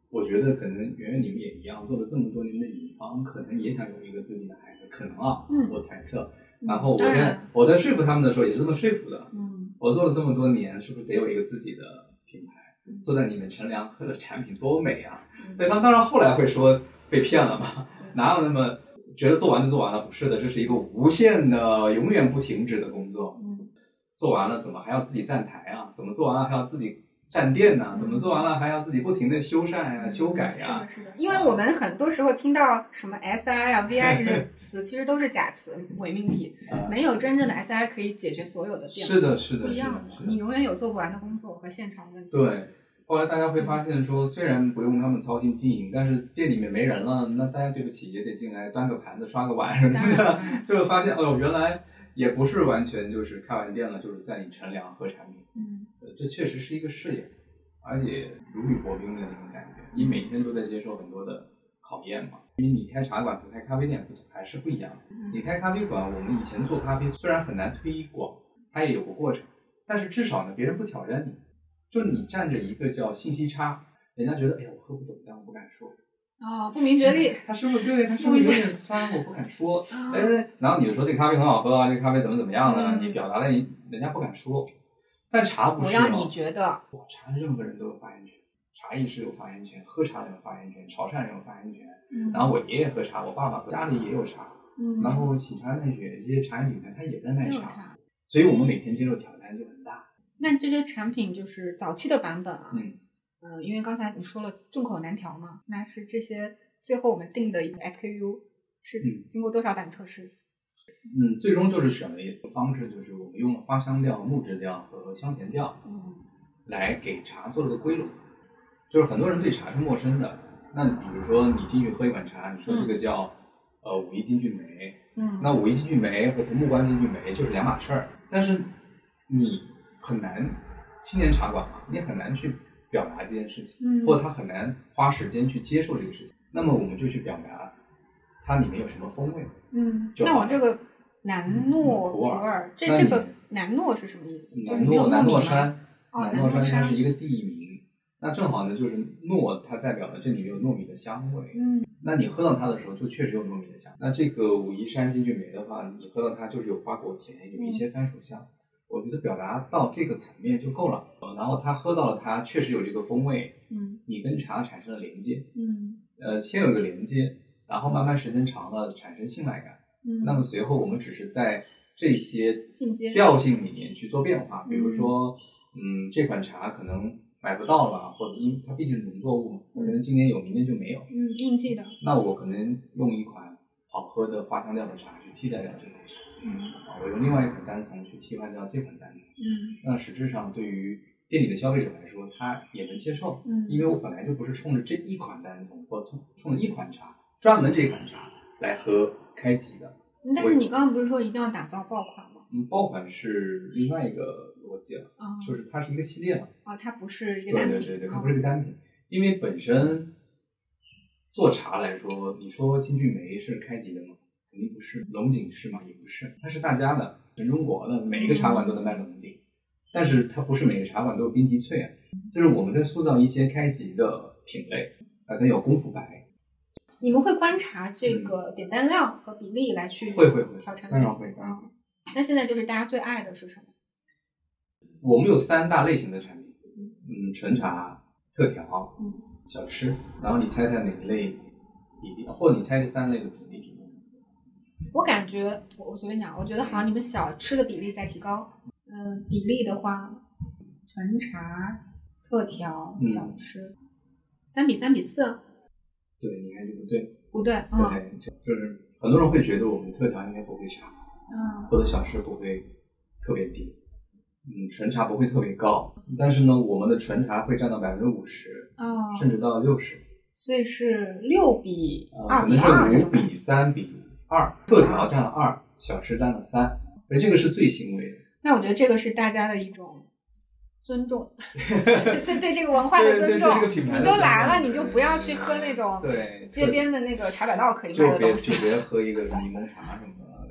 我觉得可能圆圆你们也一样，做了这么多年的乙方，可能也想有一个自己的孩子，可能啊，我猜测。然后我在说服他们的时候也是这么说服的。我做了这么多年，是不是得有一个自己的品牌？坐在你们乘凉喝的产品多美啊！对，他们当然后来会说被骗了嘛，哪有那么觉得做完就做完了？不是的，这是一个无限的、永远不停止的工作。做完了怎么还要自己站台啊？怎么做完了还要自己站店呢？怎么做完了还要自己不停的修缮呀、修改呀？ 是的，因为我们很多时候听到什么 SI 啊、VI 这些词，其实都是假词、伪命题，没有真正的 SI 可以解决所有的变化。 是的，是的， 不一样的。你永远有做不完的工作和现场问题。 对。后来大家会发现说，虽然不用他们操心经营，但是店里面没人了，那大家对不起也得进来端个盘子、刷个碗什么的，就发现原来也不是完全就是开完店了，就是在你乘凉喝产品。这确实是一个事业，而且如履薄冰的那种感觉。你每天都在接受很多的考验嘛，因为你开茶馆和开咖啡店还是不一样。你开咖啡馆，我们以前做咖啡虽然很难推广，它也有个过程，但是至少呢，别人不挑战你。就你站着一个叫信息差，人家觉得我喝不懂，但我不敢说。 不明觉厉。 他是不是对？他是不是有点酸？我不敢说。然后你就说这个咖啡很好喝啊，这个咖啡怎么样了？你表达了，人家不敢说。但茶不是。 我要你觉得。 茶任何人都有发言权，茶艺师有发言权，喝茶人有发言权，潮汕人有发言权。然后我爷爷喝茶，我爸爸家里也有茶。然后喜茶奈雪这些茶饮品牌，它也在卖茶。所以我们每天接受挑战就很大。 那这些产品就是早期的版本啊，因为刚才你说了众口难调嘛，那是这些最后我们定的一个 SKU 是经过多少版测试？ 最终就是选了一个方式，就是我们用了花香调、木质调和香甜调，来给茶做了个归拢。就是很多人对茶是陌生的，那比如说你进去喝一碗茶，你说这个叫武夷金骏眉，那武夷金骏眉和桐木关金骏眉就是两码事儿，但是你很难，青年茶馆嘛，你很难去表达这件事情，或者他很难花时间去接受这个事情。那么我们就去表达它里面有什么风味。 那我这个南糯普洱，这个南糯是什么意思？ 南糯山，南糯山它是一个地名。那正好呢，就是糯，它代表了这里面有糯米的香味。那你喝到它的时候，就确实有糯米的香。那这个武夷山金骏眉的话，你喝到它就是有花果甜，有一些番薯香。我觉得表达到这个层面就够了，然后他喝到了它确实有这个风味，你跟茶产生了连接，先有一个连接，然后慢慢时间长了产生信赖感，那么随后我们只是在这些调性里面去做变化，比如说，这款茶可能买不到了，或者因为它毕竟是农作物嘛，可能今年有，明年就没有， 应季的， 那我可能用一款好喝的花香调的茶去替代掉这款茶。我用另外一款单丛去替换掉这款单丛。那实质上对于店里的消费者来说，他也能接受。因为我本来就不是冲着这一款单丛或冲着一款茶，专门这款茶来喝开集的。 但是你刚刚不是说一定要打造爆款吗？ 爆款是另外一个逻辑了，就是它是一个系列了。 它不是一个单品。 对，它不是一个单品，因为本身做茶来说，你说金骏眉是开集的吗？肯定不是，龙井是吗？也不是，它是大家的，全中国的每一个茶馆都能卖龙井，但是它不是每个茶馆都有冰滴萃啊，就是我们在塑造一些开集的品类，它有功夫白。 你们会观察这个点单量和比例来去会调产品？ 当然会。 那现在就是大家最爱的是什么？ 我们有3大类型的产品，纯茶、特调、小吃，然后你猜猜哪一类比例，或者你猜这3类的比例？ 我感觉我随便讲，我觉得好像你们小吃的比例在提高。比例的话，纯茶、特调、小吃，3比3比4。 对，你看就不对。 不对， 对，就是很多人会觉得我们特调应该不会差，或者小吃不会特别低，纯茶不会特别高，但是呢，我们的纯茶会占到50%，甚至到60%。 所以是6比2比2， 可能是5比3比2，特调占了2，小吃占了3，而这个是最欣慰的。那我觉得这个是大家的一种尊重，对这个文化的尊重。 对这个品牌你都来了，你就不要去喝那种街边的那个茶百道可以卖的东西， 就别喝一个柠檬茶什么的，对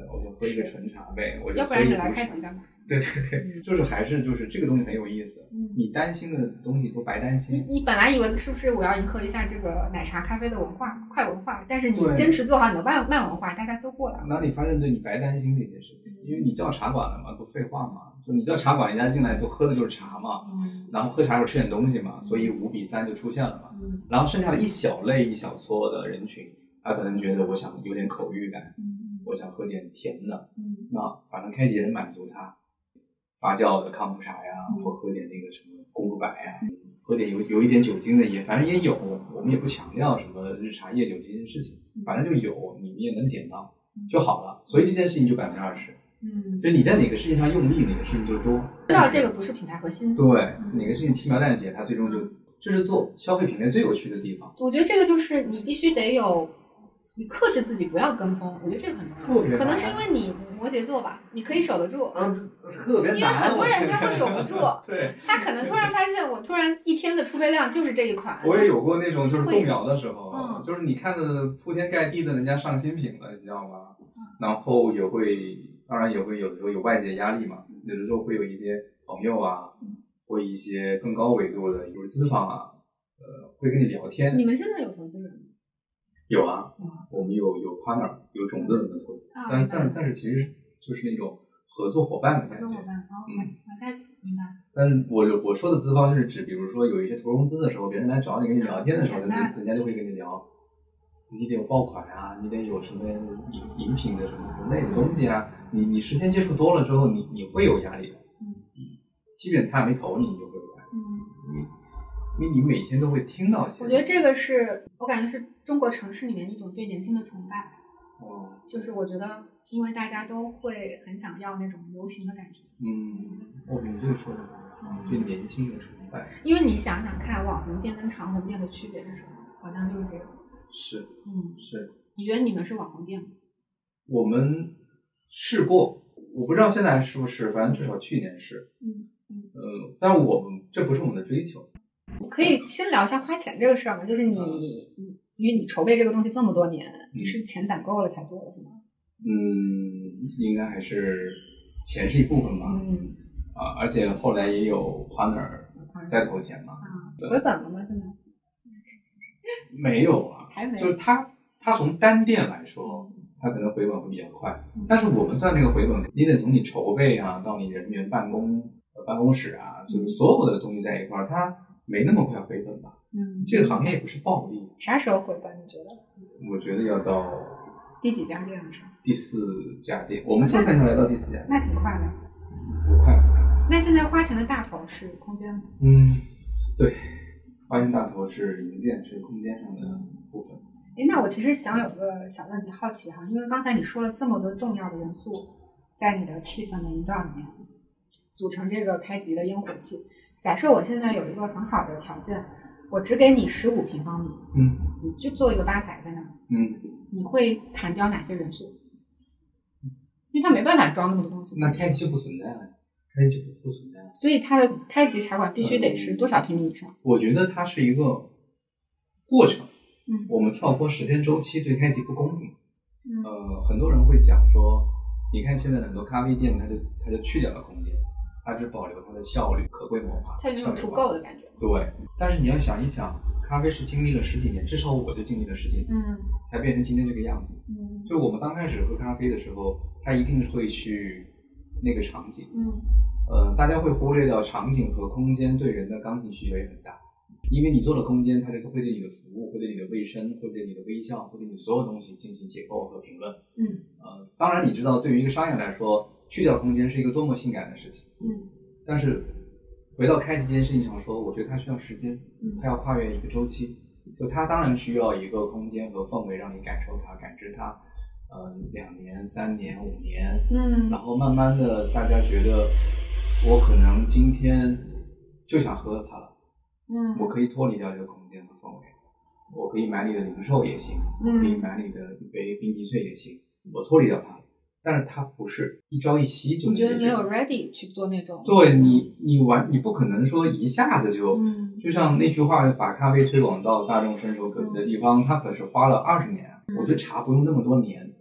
我就喝一个纯茶呗，我就要不然你来开集干嘛？ 对对对，就是还是就是这个东西很有意思，你担心的东西都白担心。 你本来以为是不是我要迎合一下这个奶茶咖啡的文化快文化，但是你坚持做好你的慢文化，大家都过来了。 那你发现对你白担心这件事情，因为你叫茶馆了嘛，不废话嘛，就你叫茶馆，人家进来就喝的就是茶嘛，然后喝茶时候吃点东西嘛，所以5:3就出现了嘛，然后剩下的一小类一小撮的人群，他可能觉得我想有点口欲感，我想喝点甜的，那反正开集能满足他。发酵的康普茶呀，或喝点那个什么功夫白呀，喝点有一点酒精的也，反正也有，我们也不强调什么日茶夜酒这件事情，反正就有，你也能点到就好了。所以这件事情就20%，所以你在哪个事情上用力，哪个事情就多。 知道这个不是品牌核心， 对，哪个事情轻描淡写，它最终就这是做消费品类最有趣的地方。 我觉得这个就是你必须得有。你克制自己不要跟风，我觉得这个很重要。可能是因为你摩羯座吧，你可以守得住。 特别难。 因为很多人他会守不住。 对。 他可能突然发现，我突然一天的出杯量就是这一款。 我也有过那种就是动摇的时候，就是你看的铺天盖地的人家上新品了，你知道吗？然后也会，当然也会有的时候有外界压力嘛，有的时候会有一些朋友啊，或一些更高维度的有资方啊，会跟你聊天。 你们现在有投资人吗？ 有啊，我们有 partner， 有种子人的投资，但是其实就是那种合作伙伴的感觉。 合作伙伴 ，OK， 我现在明白。 但是我说的资方是指，比如说有一些投融资的时候，别人来找你跟你聊天的时候，人家就会跟你聊，你得有爆款啊，你得有什么饮品的什么类的东西啊，你时间接触多了之后，你会有压力的。即便他没投你就会有压力。因为你每天都会听到。 我觉得这个是我感觉是中国城市里面一种对年轻的崇拜。就是我觉得，因为大家都会很想要那种流行的感觉。 你这个说的对年轻的崇拜。 因为你想想看，网红店跟长红店的区别是什么？好像就是这个。 是。是。 你觉得你们是网红店吗？ 我们试过，我不知道现在是不是，反正至少去年是。但我们这不是我们的追求。 可以先聊一下花钱这个事儿吗？就是因为你筹备这个东西这么多年，你是钱攒够了才做的是吗？ 应该还是钱是一部分吧。而且后来也有 partner 在投钱嘛。 回本了吗？现在没有啊， 还没。 就是他从单店来说，他可能回本会比较快，但是我们算这个回本，你得从你筹备啊，到你人员办公室啊，就是所有的东西在一块儿，它没那么快回本吧。这个行业也不是暴利。 啥时候回本？你觉得？ 我觉得要到第几家店了？是第4家店，我们测算下来到第4家店， 那挺快的。 不快。 那现在花钱的大头是空间吗？ 对，花钱大头是营建，是空间上的部分。 那我其实想有个小问题，好奇哈，因为刚才你说了这么多重要的元素，在你的气氛的营造里面，组成这个开集的烟火气。假设我现在有一个很好的条件，我只给你15平方米，你就做一个吧台在那儿，你会砍掉哪些元素？因为它没办法装那么多东西。 那开集就不存在了，开集就不存在了。 所以它的开集茶馆必须得是多少平米以上？ 我觉得它是一个过程。我们跳过时间周期对开集不公平。很多人会讲说，你看现在很多咖啡店，它就去掉了空间。它只保留它的效率、可规模化， 它有那种土购的感觉。 对，但是你要想一想，咖啡是经历了10几年，至少我就经历了10几年，才变成今天这个样子。就我们刚开始喝咖啡的时候，它一定会去那个场景。大家会忽略掉场景和空间对人的刚性需求也很大，因为你做了空间，它就会对你的服务、会对你的卫生、会对你的微笑、会对你所有东西进行解构和评论。当然你知道，对于一个商业来说，去掉空间是一个多么性感的事情。但是回到开集这件事情上说，我觉得它需要时间，它要跨越一个周期，就它当然需要一个空间和氛围让你感受它、感知它。2年、3年、5年，然后慢慢的大家觉得我可能今天就想喝它了，我可以脱离掉这个空间和氛围，我可以买你的零售也行，我可以买你的一杯冰激萃也行，我脱离掉它了。但是它不是一朝一夕就能解决。 我觉得没有 ready 去做那种。 对，你不可能说一下子就像那句话，把咖啡推广到大众伸手可及的地方，它可是花了20年。我对茶不用那么多年，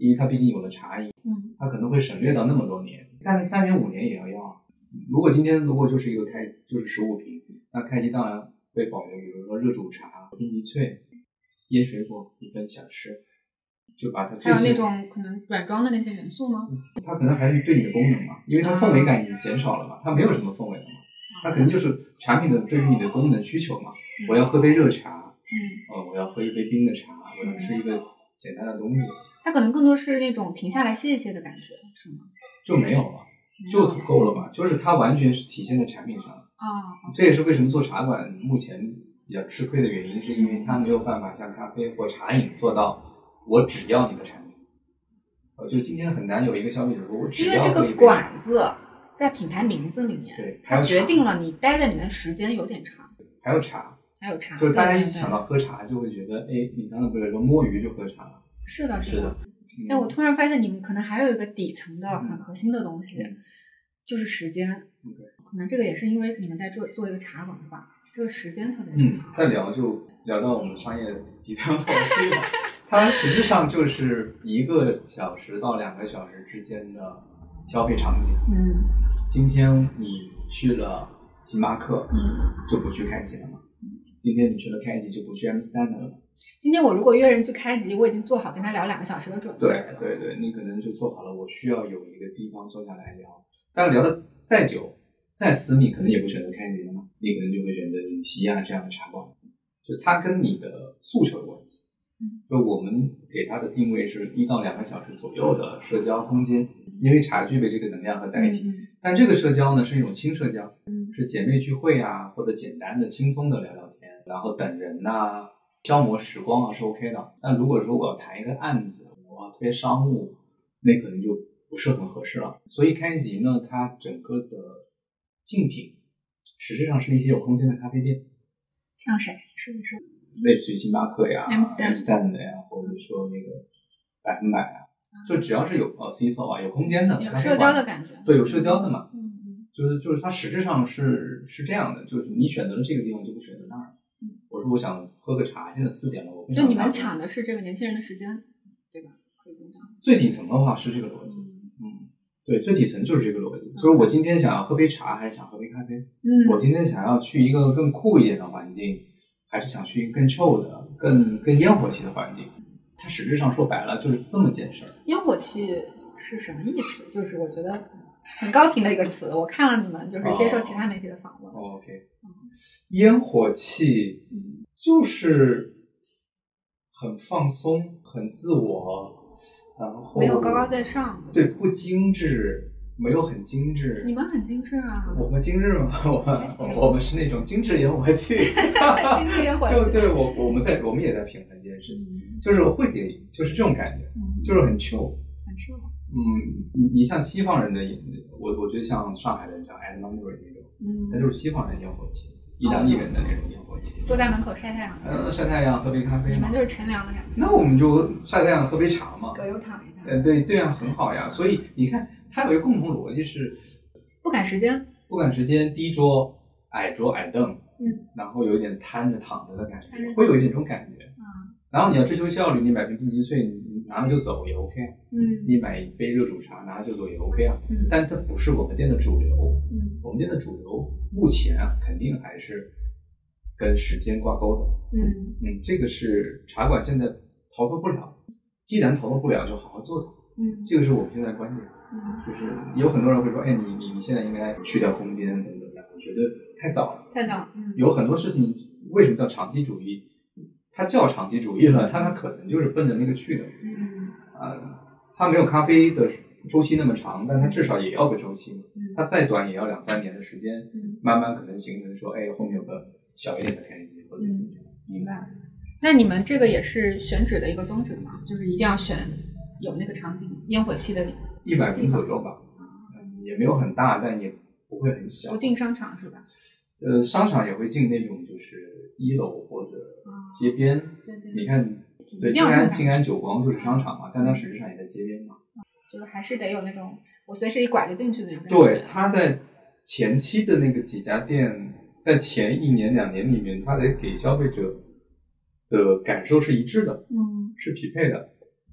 因为它毕竟有了茶饮，它可能会省略到那么多年，但是3年5年也要啊。如果今天就是一个就是15瓶，那开机当然会保留，比如说热煮茶、冰滴萃、腌水果1分小吃，就把它还有那种可能软装的那些元素吗？ 它可能还是对你的功能嘛，因为它氛围感已经减少了嘛，它没有什么氛围了嘛，它肯定就是产品的对于你的功能需求嘛。我要喝杯热茶，我要喝一杯冰的茶，我要吃一个简单的东西。 它可能更多是那种停下来歇一歇的感觉，是吗？ 就没有了，就够了嘛，就是它完全是体现在产品上。这也是为什么做茶馆目前比较吃亏的原因，是因为它没有办法像咖啡或茶饮做到我只要你的产品。就今天很难有一个消费者说我只要喝一杯茶。 因为这个馆子在品牌名字里面， 对， 它决定了你待在里面的时间有点长。 还有茶， 就是大家一想到喝茶就会觉得，你刚才不是说摸鱼就喝茶了？ 是的。 我突然发现你们可能还有一个底层的很核心的东西，就是时间。可能这个也是因为你们在做一个茶馆吧，这个时间特别重要。 再聊到我们商业底层逻辑了，它实质上就是1个小时到2个小时之间的消费场景。今天你去了星巴克，就不去开集了吗？今天你去了开集就不去 Amsterdam 了吗？ 今天我如果约人去开集，我已经做好跟他聊2个小时的准备了。 对，你可能就做好了，我需要有一个地方坐下来聊。但聊得再久再私密，可能也不选择开集了嘛，你可能就会选择影西啊这样的茶馆，就它跟你的诉求有关系。就我们给它的定位是1到2个小时左右的社交空间，因为茶具备这个能量和载体。但这个社交呢是一种轻社交，是姐妹聚会啊，或者简单的轻松的聊聊天，然后等人啊，消磨时光啊是 OK 的。但如果说我要谈一个案子，哇，特别商务，那可能就不是很合适了。所以开集呢，它整个的竞品实质上是一些有空间的咖啡店， 像谁？是不是类似于星巴克呀、 Amsterdam 的呀，或者说那个100%啊，就只要是有CISO 啊，有空间的， 有社交的感觉， 对，有社交的嘛。就是它实质上是这样的，就是你选择了这个地方就不选择那儿。我说我想喝个茶，现在4点了，我不想。 就你们抢的是这个年轻人的时间，对吧？可以这么讲。 最底层的话是这个逻辑，对，最底层就是这个逻辑。就是我今天想要喝杯茶，还是想喝杯咖啡？我今天想要去一个更酷一点的环境，还是想去一个更臭的、更烟火气的环境？它实质上说白了就是这么件事儿。 烟火气是什么意思？就是我觉得很高频的一个词，我看了你们就是接受其他媒体的访问。 OK， 烟火气就是很放松、很自我，然后没有高高在上的， 对，不精致，没有很精致。 你们很精致啊！ 我们精致吗？我们是那种精致烟火气， 精致烟火气。 就对我们也在平衡这件事情，就是我会给，就是这种感觉，就是很 chill， 很 chill。 你像西方人的，我觉得像上海人像 Ed Mandarin 那种，他就是西方人烟火气，意大利人的那种烟火气， 坐在门口晒太阳， 晒太阳喝杯咖啡， 你们就是乘凉的感觉。 那我们就晒太阳喝杯茶嘛， 葛优躺一下。 对，这样很好呀。所以你看，它有一个共同逻辑是不赶时间， 低桌、矮桌、矮凳，然后有一点瘫着躺着的感觉，会有一点这种感觉。然后你要追求效率，你买瓶冰激萃，你拿了就走也 OK 啊。你买一杯热煮茶拿了就走也 OK 啊。但这不是我们店的主流。我们店的主流目前肯定还是跟时间挂钩的。这个是茶馆现在逃脱不了，既然逃脱不了，就好好做它。这个是我们现在的观点。就是有很多人会说，你现在应该去掉空间，怎么样？我觉得太早了。有很多事情为什么叫长期主义？它叫长期主义了，它可能就是奔着那个去的。它没有咖啡的周期那么长，但它至少也要个周期。它再短也要2-3年的时间，慢慢可能形成说，后面有个小一点的开机或者怎么样。 明白。那你们这个也是选址的一个宗旨吗？就是一定要选有那个场景烟火气的 100名左右吧，也没有很大，但也不会很小。 不进商场是吧？ 商场也会进那种就是1楼或者街边。你看，对，静安久光就是商场嘛，但它实质上也在街边嘛。 就是还是得有那种我随时一拐就进去的那种感觉。 对，它在前期的那个几家店，在前1年2年里面，它得给消费者的感受是一致的，是匹配的。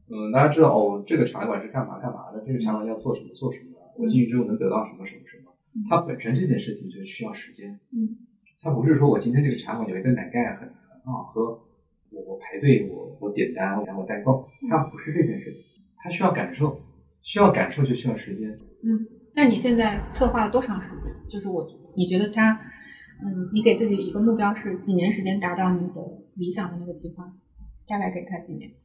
大家知道哦，这个茶馆是干嘛干嘛的，这个茶馆要做什么做什么，我进去之后能得到什么什么什么。它本身这件事情就需要时间。它不是说我今天这个茶馆有一个奶盖很好喝，我排队我点单我代购，它不是这件事情，它需要感受，需要感受就需要时间。 那你现在策划了多长时间？就是你觉得它，你给自己一个目标是几年时间达到你的理想的那个计划？大概给他几年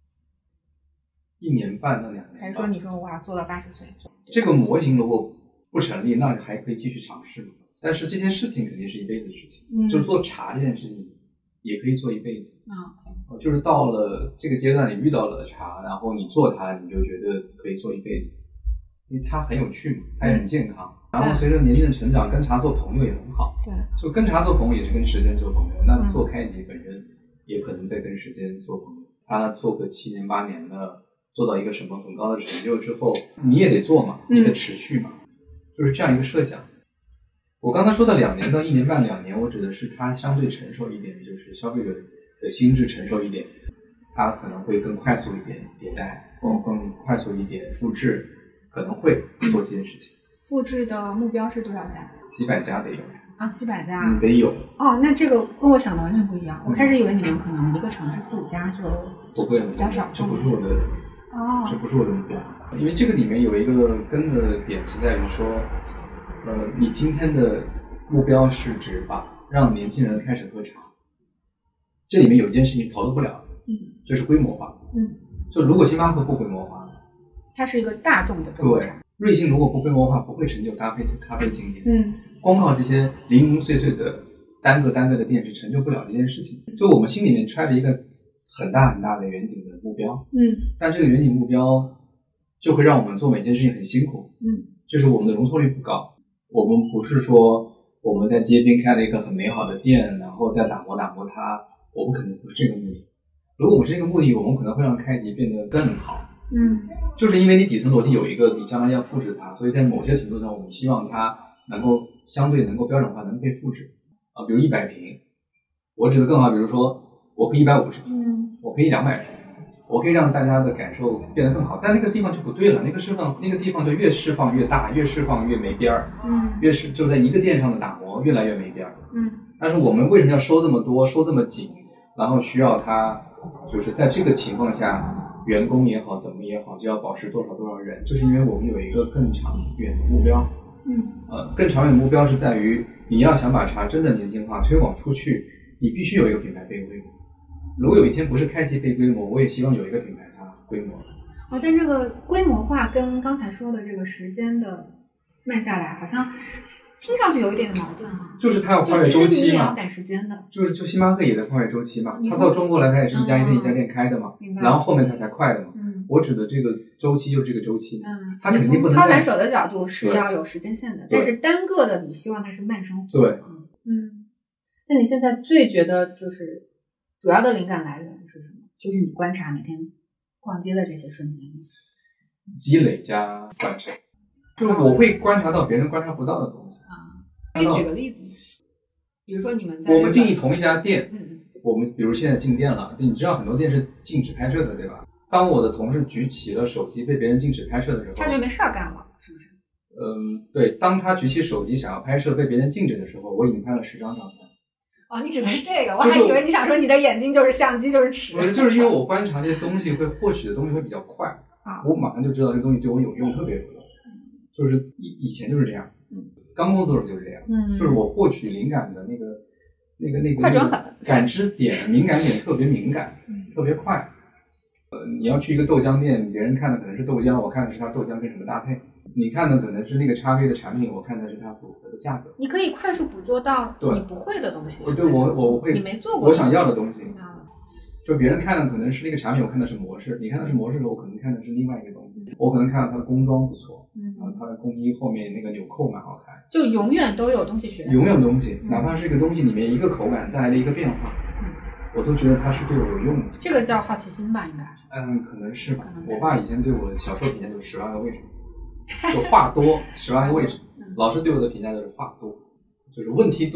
？1年半到2年。 还是说你说我要做到80岁？ 这个模型如果不成立，那还可以继续尝试。但是这件事情肯定是一辈子的事情，就是做茶这件事情也可以做一辈子。就是到了这个阶段，你遇到了茶，然后你做它，你就觉得可以做一辈子，因为它很有趣嘛，它也很健康。然后随着年龄的成长，跟茶做朋友也很好。 对， 就跟茶做朋友也是跟时间做朋友。那做开集本人也可能在跟时间做朋友。他做个7年8年的，做到一个什么很高的成就之后，你也得做嘛，你得持续嘛，就是这样一个设想。我刚才说的2年到1年半2年，我指的是它相对成熟一点，就是消费者的心智成熟一点，它可能会更快速一点迭代，或更快速一点复制，可能会做这件事情。 复制的目标是多少家？ 几百家得有啊，几百家得有。 那这个跟我想的完全不一样。我开始以为你们可能一个城市4-5家就比较小众。 这不是我的目标，因为这个里面有一个根的点是在于说，你今天的目标是指让年轻人开始喝茶，这里面有一件事情逃得不了，就是规模化。就如果星巴克不规模化， 它是一个大众的中国茶。 瑞幸如果不规模化，不会成就咖啡经典。光靠这些零零碎碎的单个的店是成就不了这件事情。就我们心里面揣着一个很大很大的远景的目标，但这个远景目标就会让我们做每件事情很辛苦。就是我们的容错率不高。我们不是说我们在街边开了一个很美好的店，然后再打磨它，我们肯定不是这个目的。如果我们是这个目的，我们可能会让开集变得更好。就是因为你底层逻辑有一个，你将来要复制它，所以在某些程度上，我们希望它能够相对能够标准化，能被复制。比如100瓶，我指的更好，比如说我可以150瓶，我可以200瓶，我可以让大家的感受变得更好。但那个地方就不对了，那个地方就越释放越大，越释放越没边儿，就在一个店上的打磨越来越没边儿。但是我们为什么要收这么多，收这么紧，然后需要它就是在这个情况下，员工也好，怎么也好，就要保持多少人，就是因为我们有一个更长远的目标。更长远的目标是在于，你要想把茶真的年轻化推广出去，你必须有一个品牌被规模。如果有一天不是开启被规模，我也希望有一个品牌它规模。 但这个规模化跟刚才说的这个时间的慢下来，好像听上去有一点的矛盾哈。 就是它要跨越周期嘛。 其实你也要赶时间的。就星巴克也在跨越周期嘛，它到中国来，它也是一家店开的嘛，然后后面它才快的嘛。我指的这个周期就是这个周期。它肯定不能从操盘手的角度是要有时间线的，但是单个的你希望它是慢生活。 对。 那你现在最觉得就是主要的灵感来源是什么？就是你观察每天逛街的这些瞬间。 积累加观察，就是我会观察到别人观察不到的东西。 可以举个例子吗？比如说你们我们进同一家店，我们比如现在进店了，你知道很多店是禁止拍摄的，对吧？当我的同事举起了手机被别人禁止拍摄的时候， 他就没事儿干了，是不是？ 对，当他举起手机想要拍摄被别人禁止的时候，我已经拍了10张照片。 你指的是这个，我还以为你想说你的眼睛就是相机就是尺。 就是因为我观察这些东西会获取的东西会比较快我马上就知道这个东西对我有用，特别有用。就是以前就是这样，刚工作的时候就是这样，就是我获取灵感的那个快准狠， 感知点敏感点特别敏感，特别快。你要去一个豆浆店，别人看的可能是豆浆，我看的是它豆浆跟什么搭配。你看的可能是那个咖啡的产品，我看的是它组合的价格。 你可以快速捕捉到你不会的东西。 对，我会， 你没做过我想要的东西。就别人看的可能是那个产品，我看的是模式。你看的是模式的时候，我可能看的是另外一个东西。我可能看到它的工装不错，然后它的工衣后面那个纽扣蛮好看。 就永远都有东西学。 永远有东西，哪怕是一个东西里面一个口感带来了一个变化。我都觉得它是对我有用的。 这个叫好奇心吧，应该。 可能是吧。我爸以前对我小时候评价就是10万个为什么，就话多，10万个为什么。老师对我的评价就是话多，就是问题多，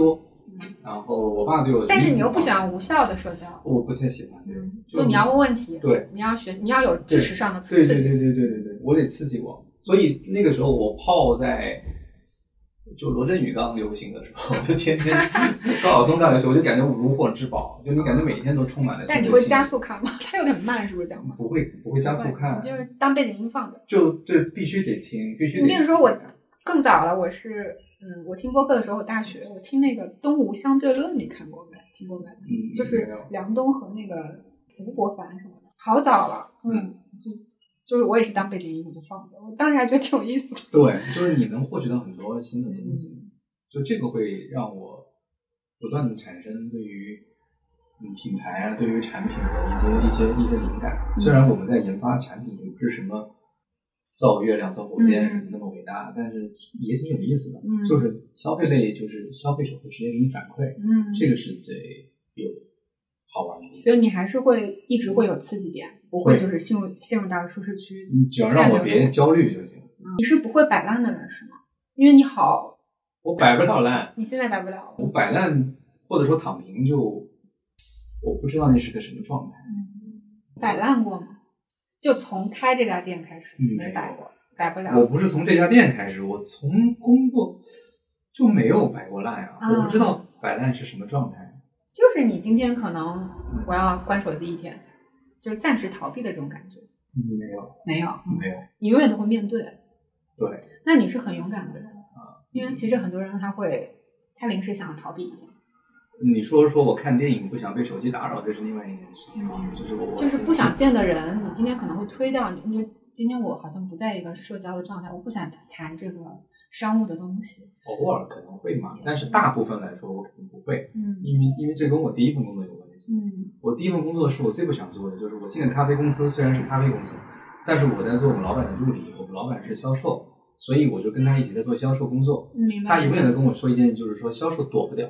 然后我爸对我， 但是你又不喜欢无效的社交， 我不太喜欢， 就你要问问题， 对， 你要学，你要有知识上的刺激， 对，我得刺激我，所以那个时候我泡在。就罗振宇刚流行的时候，我就天天高晓松刚流行，我就感觉如获至宝，就你感觉每天都充满了。 但你会加速看吗？它有点慢，是不是这样吗？ 不会加速看， 就是当背景音放着。 就对，必须得听，必须得。 我跟你说，我更早了，我是我听播客的时候，我大学我听那个《东吴相对论》，你看过没？听过没？就是梁冬和那个吴伯凡什么的，好早了，就是我也是当背景音我就放着，我当时还觉得挺有意思的。 对，就是你能获取到很多新的东西，就这个会让我不断的产生对于品牌啊，对于产品的一些灵感。虽然我们在研发产品也不是什么造月亮、造火箭那么伟大，但是也挺有意思的。就是消费类，就是消费者会直接给你反馈，这个是最有好玩的。 所以你还是会一直会有刺激点，不会就是陷入到舒适区。 你只要让我别焦虑就行。 你是不会摆烂的人是吗？因为你好， 我摆不了烂。 你现在摆不了。 我摆烂或者说躺平就，我不知道那是个什么状态。 摆烂过吗？就从开这家店开始没摆过，摆不了。 我不是从这家店开始，我从工作就没有摆过烂呀。我不知道摆烂是什么状态。 就是你今天可能我要关手机一天，就暂时逃避的这种感觉。没有，你永远都会面对。 对， 那你是很勇敢的人因为其实很多人他临时想逃避一下。 你说我看电影不想被手机打扰，这是另外一件事情。 就是不想见的人，你今天可能会推掉。因为今天我好像不在一个社交的状态，我不想谈这个商务的东西。 偶尔可能会嘛，但是大部分来说我肯定不会。因为这跟我第一份工作有关系。我第一份工作是我最不想做的，就是我进的咖啡公司虽然是咖啡公司，但是我在做我们老板的助理，我们老板是销售，所以我就跟他一起在做销售工作。他永远的跟我说一件，就是说销售躲不掉。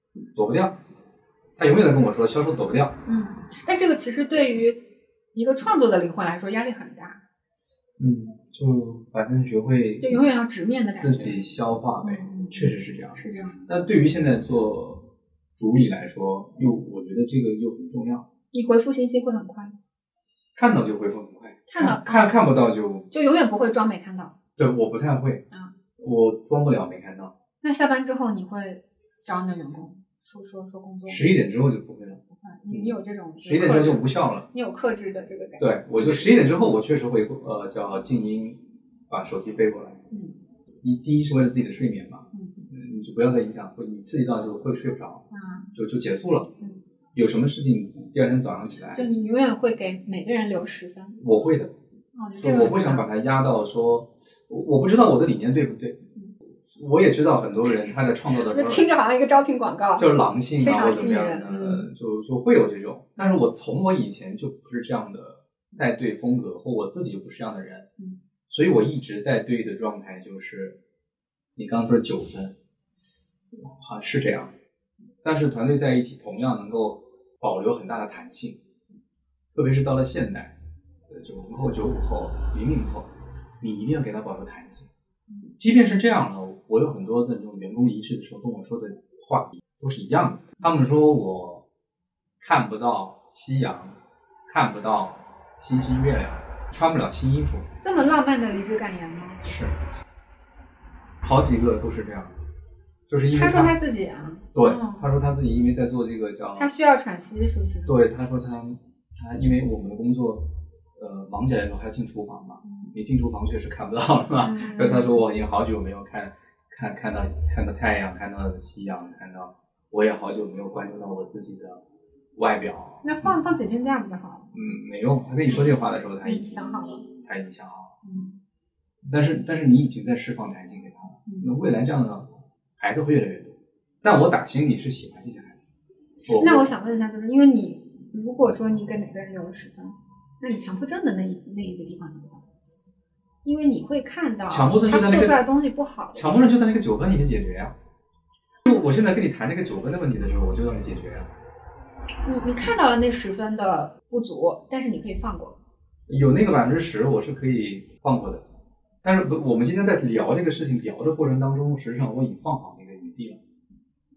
他永远的跟我说销售躲不掉。 但这个其实对于一个创作的灵魂来说压力很大。 就反正学会就永远要直面的感觉， 自己消化呗。确实是这样。 是这样。 但对于现在做主理来说，我觉得这个又很重要。 你回复信息会很快， 看到就回复很快，看不到就永远不会装没看到。 对，我不太会我装不了没看到。 那下班之后你会找你的员工说工作 ？11点之后就不会了。 你有这种 11点之后就无效了。 你有克制的这个感觉。 对，我就11点之后我确实会叫静音，把手机背过来。第一是为了自己的睡眠嘛。你就不要再影响，你刺激到就会睡不着。就结束了。有什么事情第二天早上起来， 就你永远会给每个人留10分。 我会的。我不想把它压到说，我不知道我的理念对不对。我也知道很多人他在创作的时候， 就听着好像一个招聘广告， 就是狼性非常吸引人，就会有这种。但是我从我以前就不是这样的带队风格，或我自己就不是这样的人，所以我一直带队的状态就是你刚刚说9分，是这样。但是团队在一起同样能够保留很大的弹性，特别是到了现代，90后、95后、00后，你一定要给他保留弹性。即便是这样了，我有很多的这种员工离职的时候跟我说的话都是一样的。他们说我看不到夕阳，看不到星星月亮，穿不了新衣服。 这么浪漫的离职感言吗？ 是，好几个都是这样。就是因为他说他自己对，他说他自己因为在做这个叫他需要喘息，是不是？ 对，他说他因为我们的工作忙起来的时候还要进厨房嘛，你进厨房确实看不到了嘛。所以他说我已经好久没有看到太阳，看到夕阳，我也好久没有关注到我自己的外表。 那放几天假不就好了？ 没用。他跟你说这话的时候，他已经想好了。 但是你已经在释放弹性给他了。那未来这样的孩子会越来越多。但我打心里是喜欢这些孩子。 那我想问一下，就是因为你如果说你给每个人留了10分，那你强迫症的那一个地方怎么办？因为你会看到强迫症就在那个他做出来的东西不好， 强迫症就在那个9分里面解决呀。我现在跟你谈这个9分的问题的时候，我就让你解决呀。 你看到了那10分的不足，但是你可以放过。 有那个10%，我是可以放过的。但是我们今天在聊这个事情聊的过程当中，实际上我已经放好那个余地了。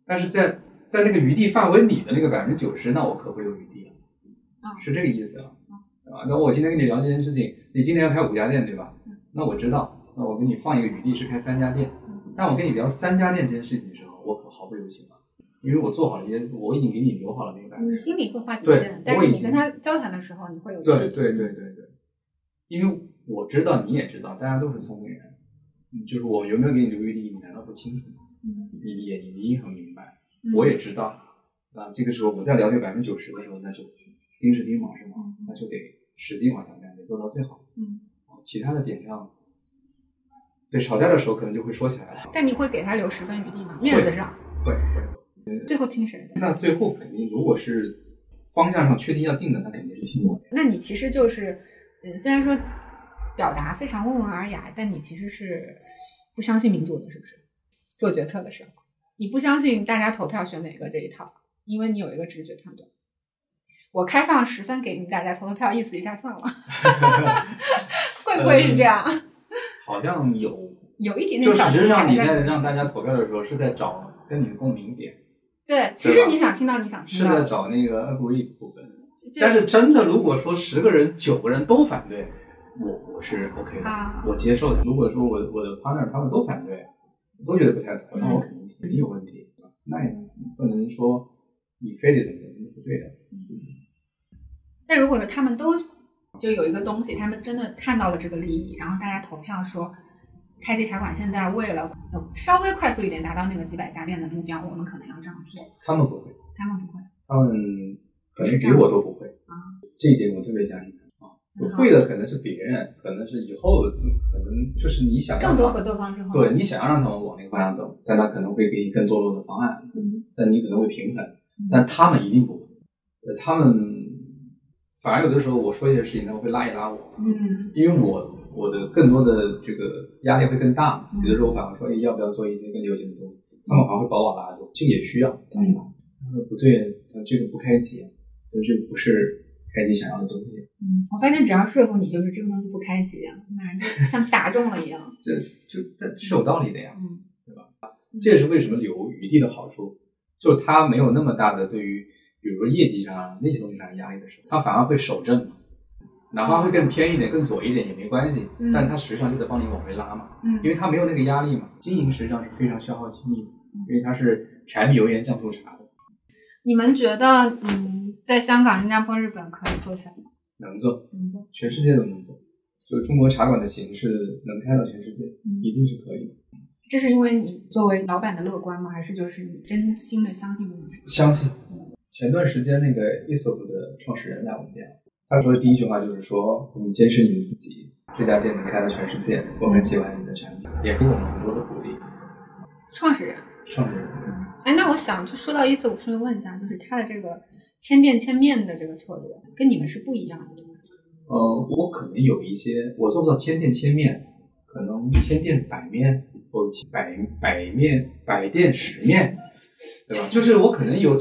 但是在那个余地范围里的那个90%，那我可不留余地了，是这个意思了，那我今天跟你聊这件事情，你今天要开5家店对吧？那我知道，那我给你放一个余地是开3家店，但我跟你聊3家店这件事情的时候，我可毫不留情了，因为我做好了一些，我已经给你留好了那个你心里会画底线，但是你跟他交谈的时候，你会有余地。 对，因为我知道，你也知道，大家都是聪明人，就是我有没有给你留余地，你难道不清楚吗？你一定很明白，我也知道。这个时候我在了解90%的时候，那就盯是盯，忙是忙，那就得使劲往下干，得做到最好。其他的点上，对，吵架的时候可能就会说起来了。 但你会给他留10分余地吗？面子上会。 最后听谁的？ 那最后肯定，如果是方向上确定要定的，那肯定是听我的。 那你其实就是，虽然说表达非常温文尔雅，但你其实是不相信民主的，是不是？做决策的时候，你不相信大家投票选哪个这一套，因为你有一个直觉判断。我开放10分给你们大家投票，意思一下算了，会不会是这样？ 好像有一点点就小。 实际上你在让大家投票的时候，是在找跟你的共鸣点。 对，其实你想听到，是在找那个 agree 部分。但是真的，如果说10个人9个人都反对，我是 OK 的，我接受的。如果说我的 partner 他们都反对，都觉得不太妥，那我肯定有问题。那也不能说你非得怎么不对的。 但如果说他们都就有一个东西，他们真的看到了这个利益，然后大家投票说，开记茶馆现在为了稍微快速一点达到那个几百家店的目标，我们可能要这样做。 他们不会， 他们可能比我都不会这一点我特别相信会的可能是别人，可能是以后可能就是你想要更多合作方式后， 对，你想要让他们往那个方向走，但他可能会给你更多的方案，但你可能会平衡，但他们一定不会，他们反而有的时候我说一些事情，他们会拉一拉我，因为我的更多的这个压力会更大，有的时候我反而说，要不要做一些更流行的东西，他们还会把我拉住，这个也需要，不对，这个不开启，这个不是开启想要的东西。 我发现只要说服你，就是这个东西不开启，马上就像打中了一样。 这是有道理的呀，对吧？这也是为什么留余地的好处，就是它没有那么大的对于比如说业绩上那些东西上的压力的时候，它反而会守正，哪怕会更偏一点、更左一点也没关系，但它实际上就得帮你往回拉嘛，因为它没有那个压力嘛。经营实际上是非常消耗精力的，因为它是柴米油盐酱醋茶的。 你们觉得在香港、新加坡、日本可以做起来吗？ 能做，全世界都能做。就中国茶馆的形式能开到全世界，一定是可以的。 这是因为你作为老板的乐观吗？还是就是你真心的相信这件事？ 相信。前段时间那个 ESOP 的创始人来我们店，他说的第一句话就是说，我们坚持你们自己，这家店能开到全世界，我很喜欢你们的产品，也给我们很多的鼓励。 创始人。那我想就说到ESOP，我顺便问一下，就是他的这个千店千面的这个策略跟你们是不一样的，对吗？ 我可能有一些，我做不到千店千面，可能千店百面，或者百店10面，对吧？就是我可能有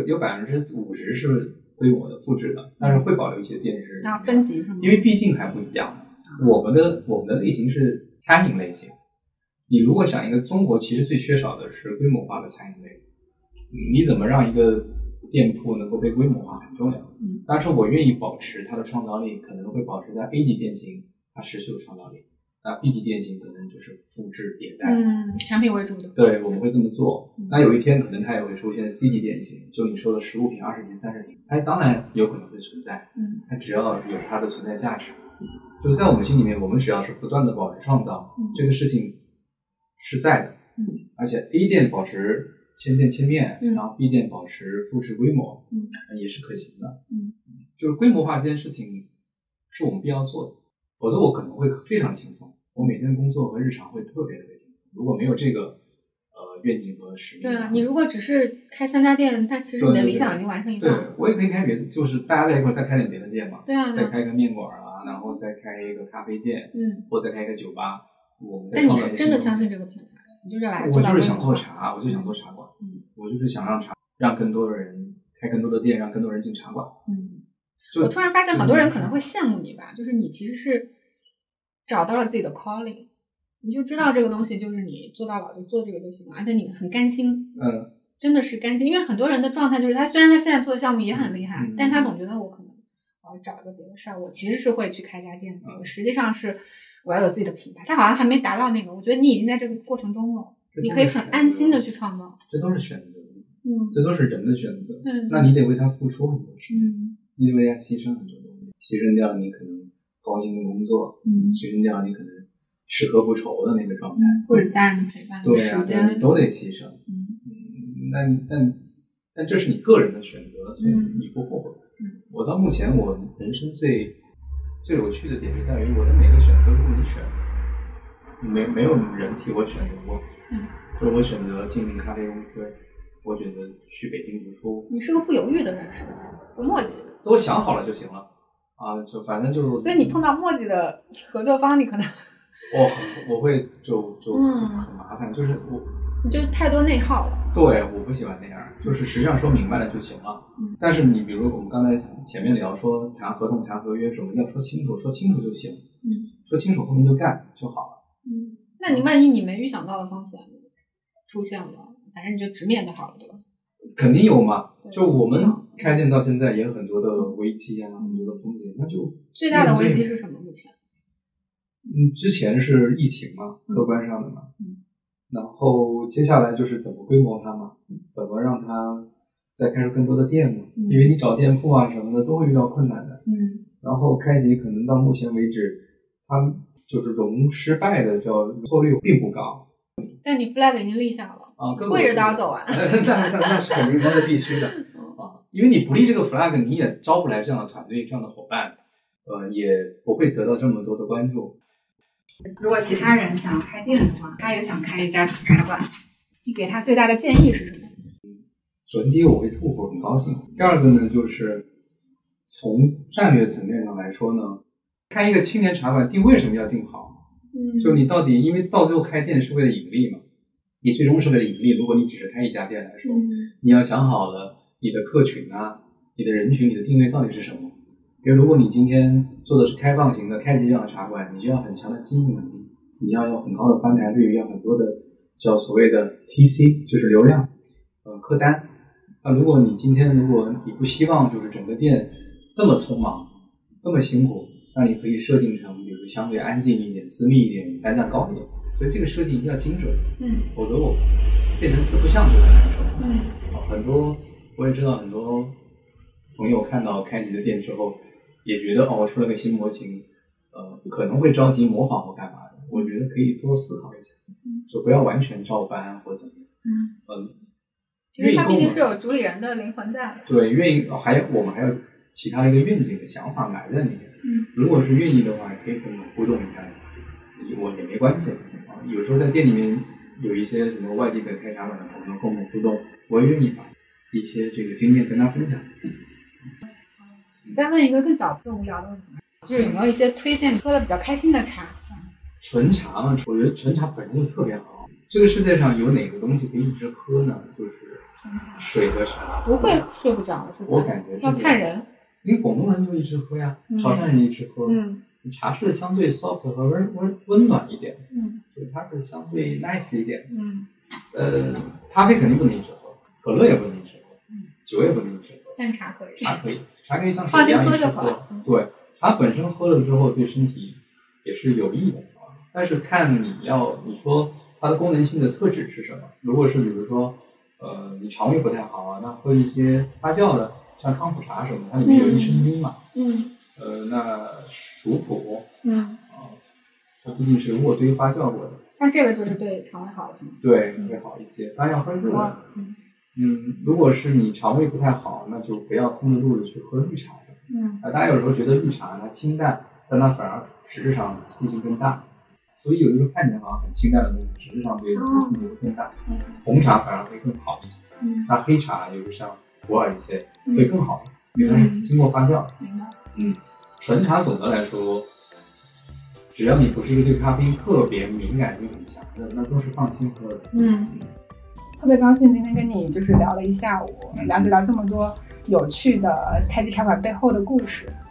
50%是归我的复制的，但是会保留一些店是然后分级是吗？ 因为毕竟还不一样。我们的类型是餐饮类型，你如果想一个中国其实最缺少的是规模化的餐饮类，你怎么让一个店铺能够被规模化很重要。但是我愿意保持它的创造力，可能会保持在 A 级店型它持续的创造力，那 B 级店型可能就是复制迭代， 产品为主的。 对，我们会这么做。那有一天可能它也会出现 C 级店型，就你说的15品、20品、30品，它当然有可能会存在，它只要有它的存在价值。就是在我们心里面，我们只要是不断的保持创造，这个事情是在的，而且 A 店保持千店千面，然后 B 店保持复制规模，也是可行的。就是规模化这件事情是我们必要做的，否则我可能会非常轻松，我每天的工作和日常会特别轻松。如果没有这个愿景和使命， 对啊，你如果只是开3家店，但其实你的理想已经完成一半。 对，我也可以开别的，就是大家在一块再开点别的店嘛。 对啊， 再开一个面馆啊，然后再开一个咖啡店，或再开一个酒吧。我们但你是真的相信这个品牌？你就是把它做到。 我就是想做茶，我就想做茶馆。我就是想让更多的人开更多的店，让更多人进茶馆。 我突然发现很多人可能会羡慕你吧，就是你其实是找到了自己的 calling， 你就知道这个东西就是你做到老就做这个就行了，而且你很甘心。 真的是甘心，因为很多人的状态就是他虽然他现在做的项目也很厉害，但他总觉得我可能我要找一个别的事儿，我其实是会去开家店的，我实际上是我要有自己的品牌，他好像还没达到那个，我觉得你已经在这个过程中了，你可以很安心的去创造， 这都是选择，这都是人的选择，那你得为他付出很多事情， 你得为他牺牲很多东西，牺牲掉你可能高薪的工作，牺牲掉你可能吃喝不愁的那个状态， 或者家人的陪伴， 对时间你都得牺牲，但这是你个人的选择，所以你不后悔。我到目前我人生最有趣的点是在于我的每个选择都是自己选的，没有人替我选择过，就是我选择进咖啡公司，我选择去北京读书。 你是个不犹豫的人，是不是？不磨叽， 都想好了就行了啊，就反正就。 所以你碰到磨叽的合作方，你可能我会就很麻烦，就是你就太多内耗了。 对，我不喜欢那样，就是实际上说明白了就行了。但是你比如我们刚才前面聊说谈合同、谈合约什么，要说清楚，说清楚就行。说清楚后面就干就好了。 那你万一你没预想到的风险出现了，反正你就直面就好了，对吧？ 肯定有嘛，就我们开店到现在也有很多的危机啊，很多的风险，那就最大的危机是什么？目前？ 之前是疫情嘛，客观上的嘛。然后接下来就是怎么规模它嘛，怎么让它再开出更多的店嘛，因为你找店铺啊什么的都会遇到困难的。然后开集可能到目前为止，它就是融失败的错率并不高。 但你 flag 已经立下了啊，跪着都要走完。 那是肯定，那是必须的啊，因为你不立这个 flag， 你也招不来这样的团队、这样的伙伴，也不会得到这么多的关注。 如果其他人想开店的话，他也想开一家茶馆，你给他最大的建议是什么？ 首先第一个我会祝福，很高兴。第二个呢，就是从战略层面上来说呢，开一个青年茶馆定位什么要定好？就你到底，因为到最后开店是为了盈利嘛，你最终是为了盈利。如果你只是开一家店来说，你要想好了你的客群啊，你的人群，你的定位到底是什么。因为如果你今天做的是开放型的开集这样的茶馆，你就要很强的经营能力，你要有很高的翻台率，要很多的叫所谓的 TC， 就是流量，客单。那如果你不希望就是整个店这么匆忙，这么辛苦，那你可以设定成比如相对安静一点、私密一点、单价高一点。所以这个设定一定要精准，否则我变成四不像就很难受。很多我也知道很多朋友看到开集的店之后。也觉得出了个新模型，可能会着急模仿或干嘛的。我觉得可以多思考一下，就不要完全照搬或怎么样。 因为它毕竟是有主理人的灵魂在。 对，我们还有其他的一个愿景的想法埋在里面。如果是愿意的话，可以跟我们互动一下，我也没关系。有时候在店里面有一些什么外地的开茶馆的朋友跟我们互动，我也愿意把一些这个经验跟他分享。 再问一个更小更无聊的问题，就是有没有一些推荐喝了比较开心的茶？ 纯茶嘛，我觉得纯茶本身就特别好。这个世界上有哪个东西可以一直喝呢？就是水和茶。 不会睡不着是吧？ 我感觉要看人。 因为广东人就一直喝呀，潮汕人一直喝。茶是相对 soft 和温暖一点。就是它是相对 nice 一点。咖啡肯定不能一直喝，可乐也不能一直喝，酒也不能一直喝。 但茶可以。 茶可以像水一样一直喝。对，茶本身喝了之后对身体也是有益的。但是看你说它的功能性的特质是什么。如果是比如说你肠胃不太好啊，那喝一些发酵的像康普茶什么，它里面有益生菌嘛。那熟普它毕竟是渥堆发酵过的， 那这个就是对肠胃好的是吗？ 对，会好一些。当然要喝热的。如果是你肠胃不太好，那就不要空着肚子去喝绿茶。大家有时候觉得绿茶它清淡，但它反而实质上刺激性更大。所以有的时候看起来好像很清淡的东西，实质上对刺激更大。红茶反而会更好一些。那黑茶有时像普洱一些会更好，因为它是经过发酵。纯茶总的来说，只要你不是一个对咖啡特别敏感性很强的，那都是放心喝的。 特别高兴今天跟你就是聊了一下午，了解到这么多有趣的开机茶馆背后的故事。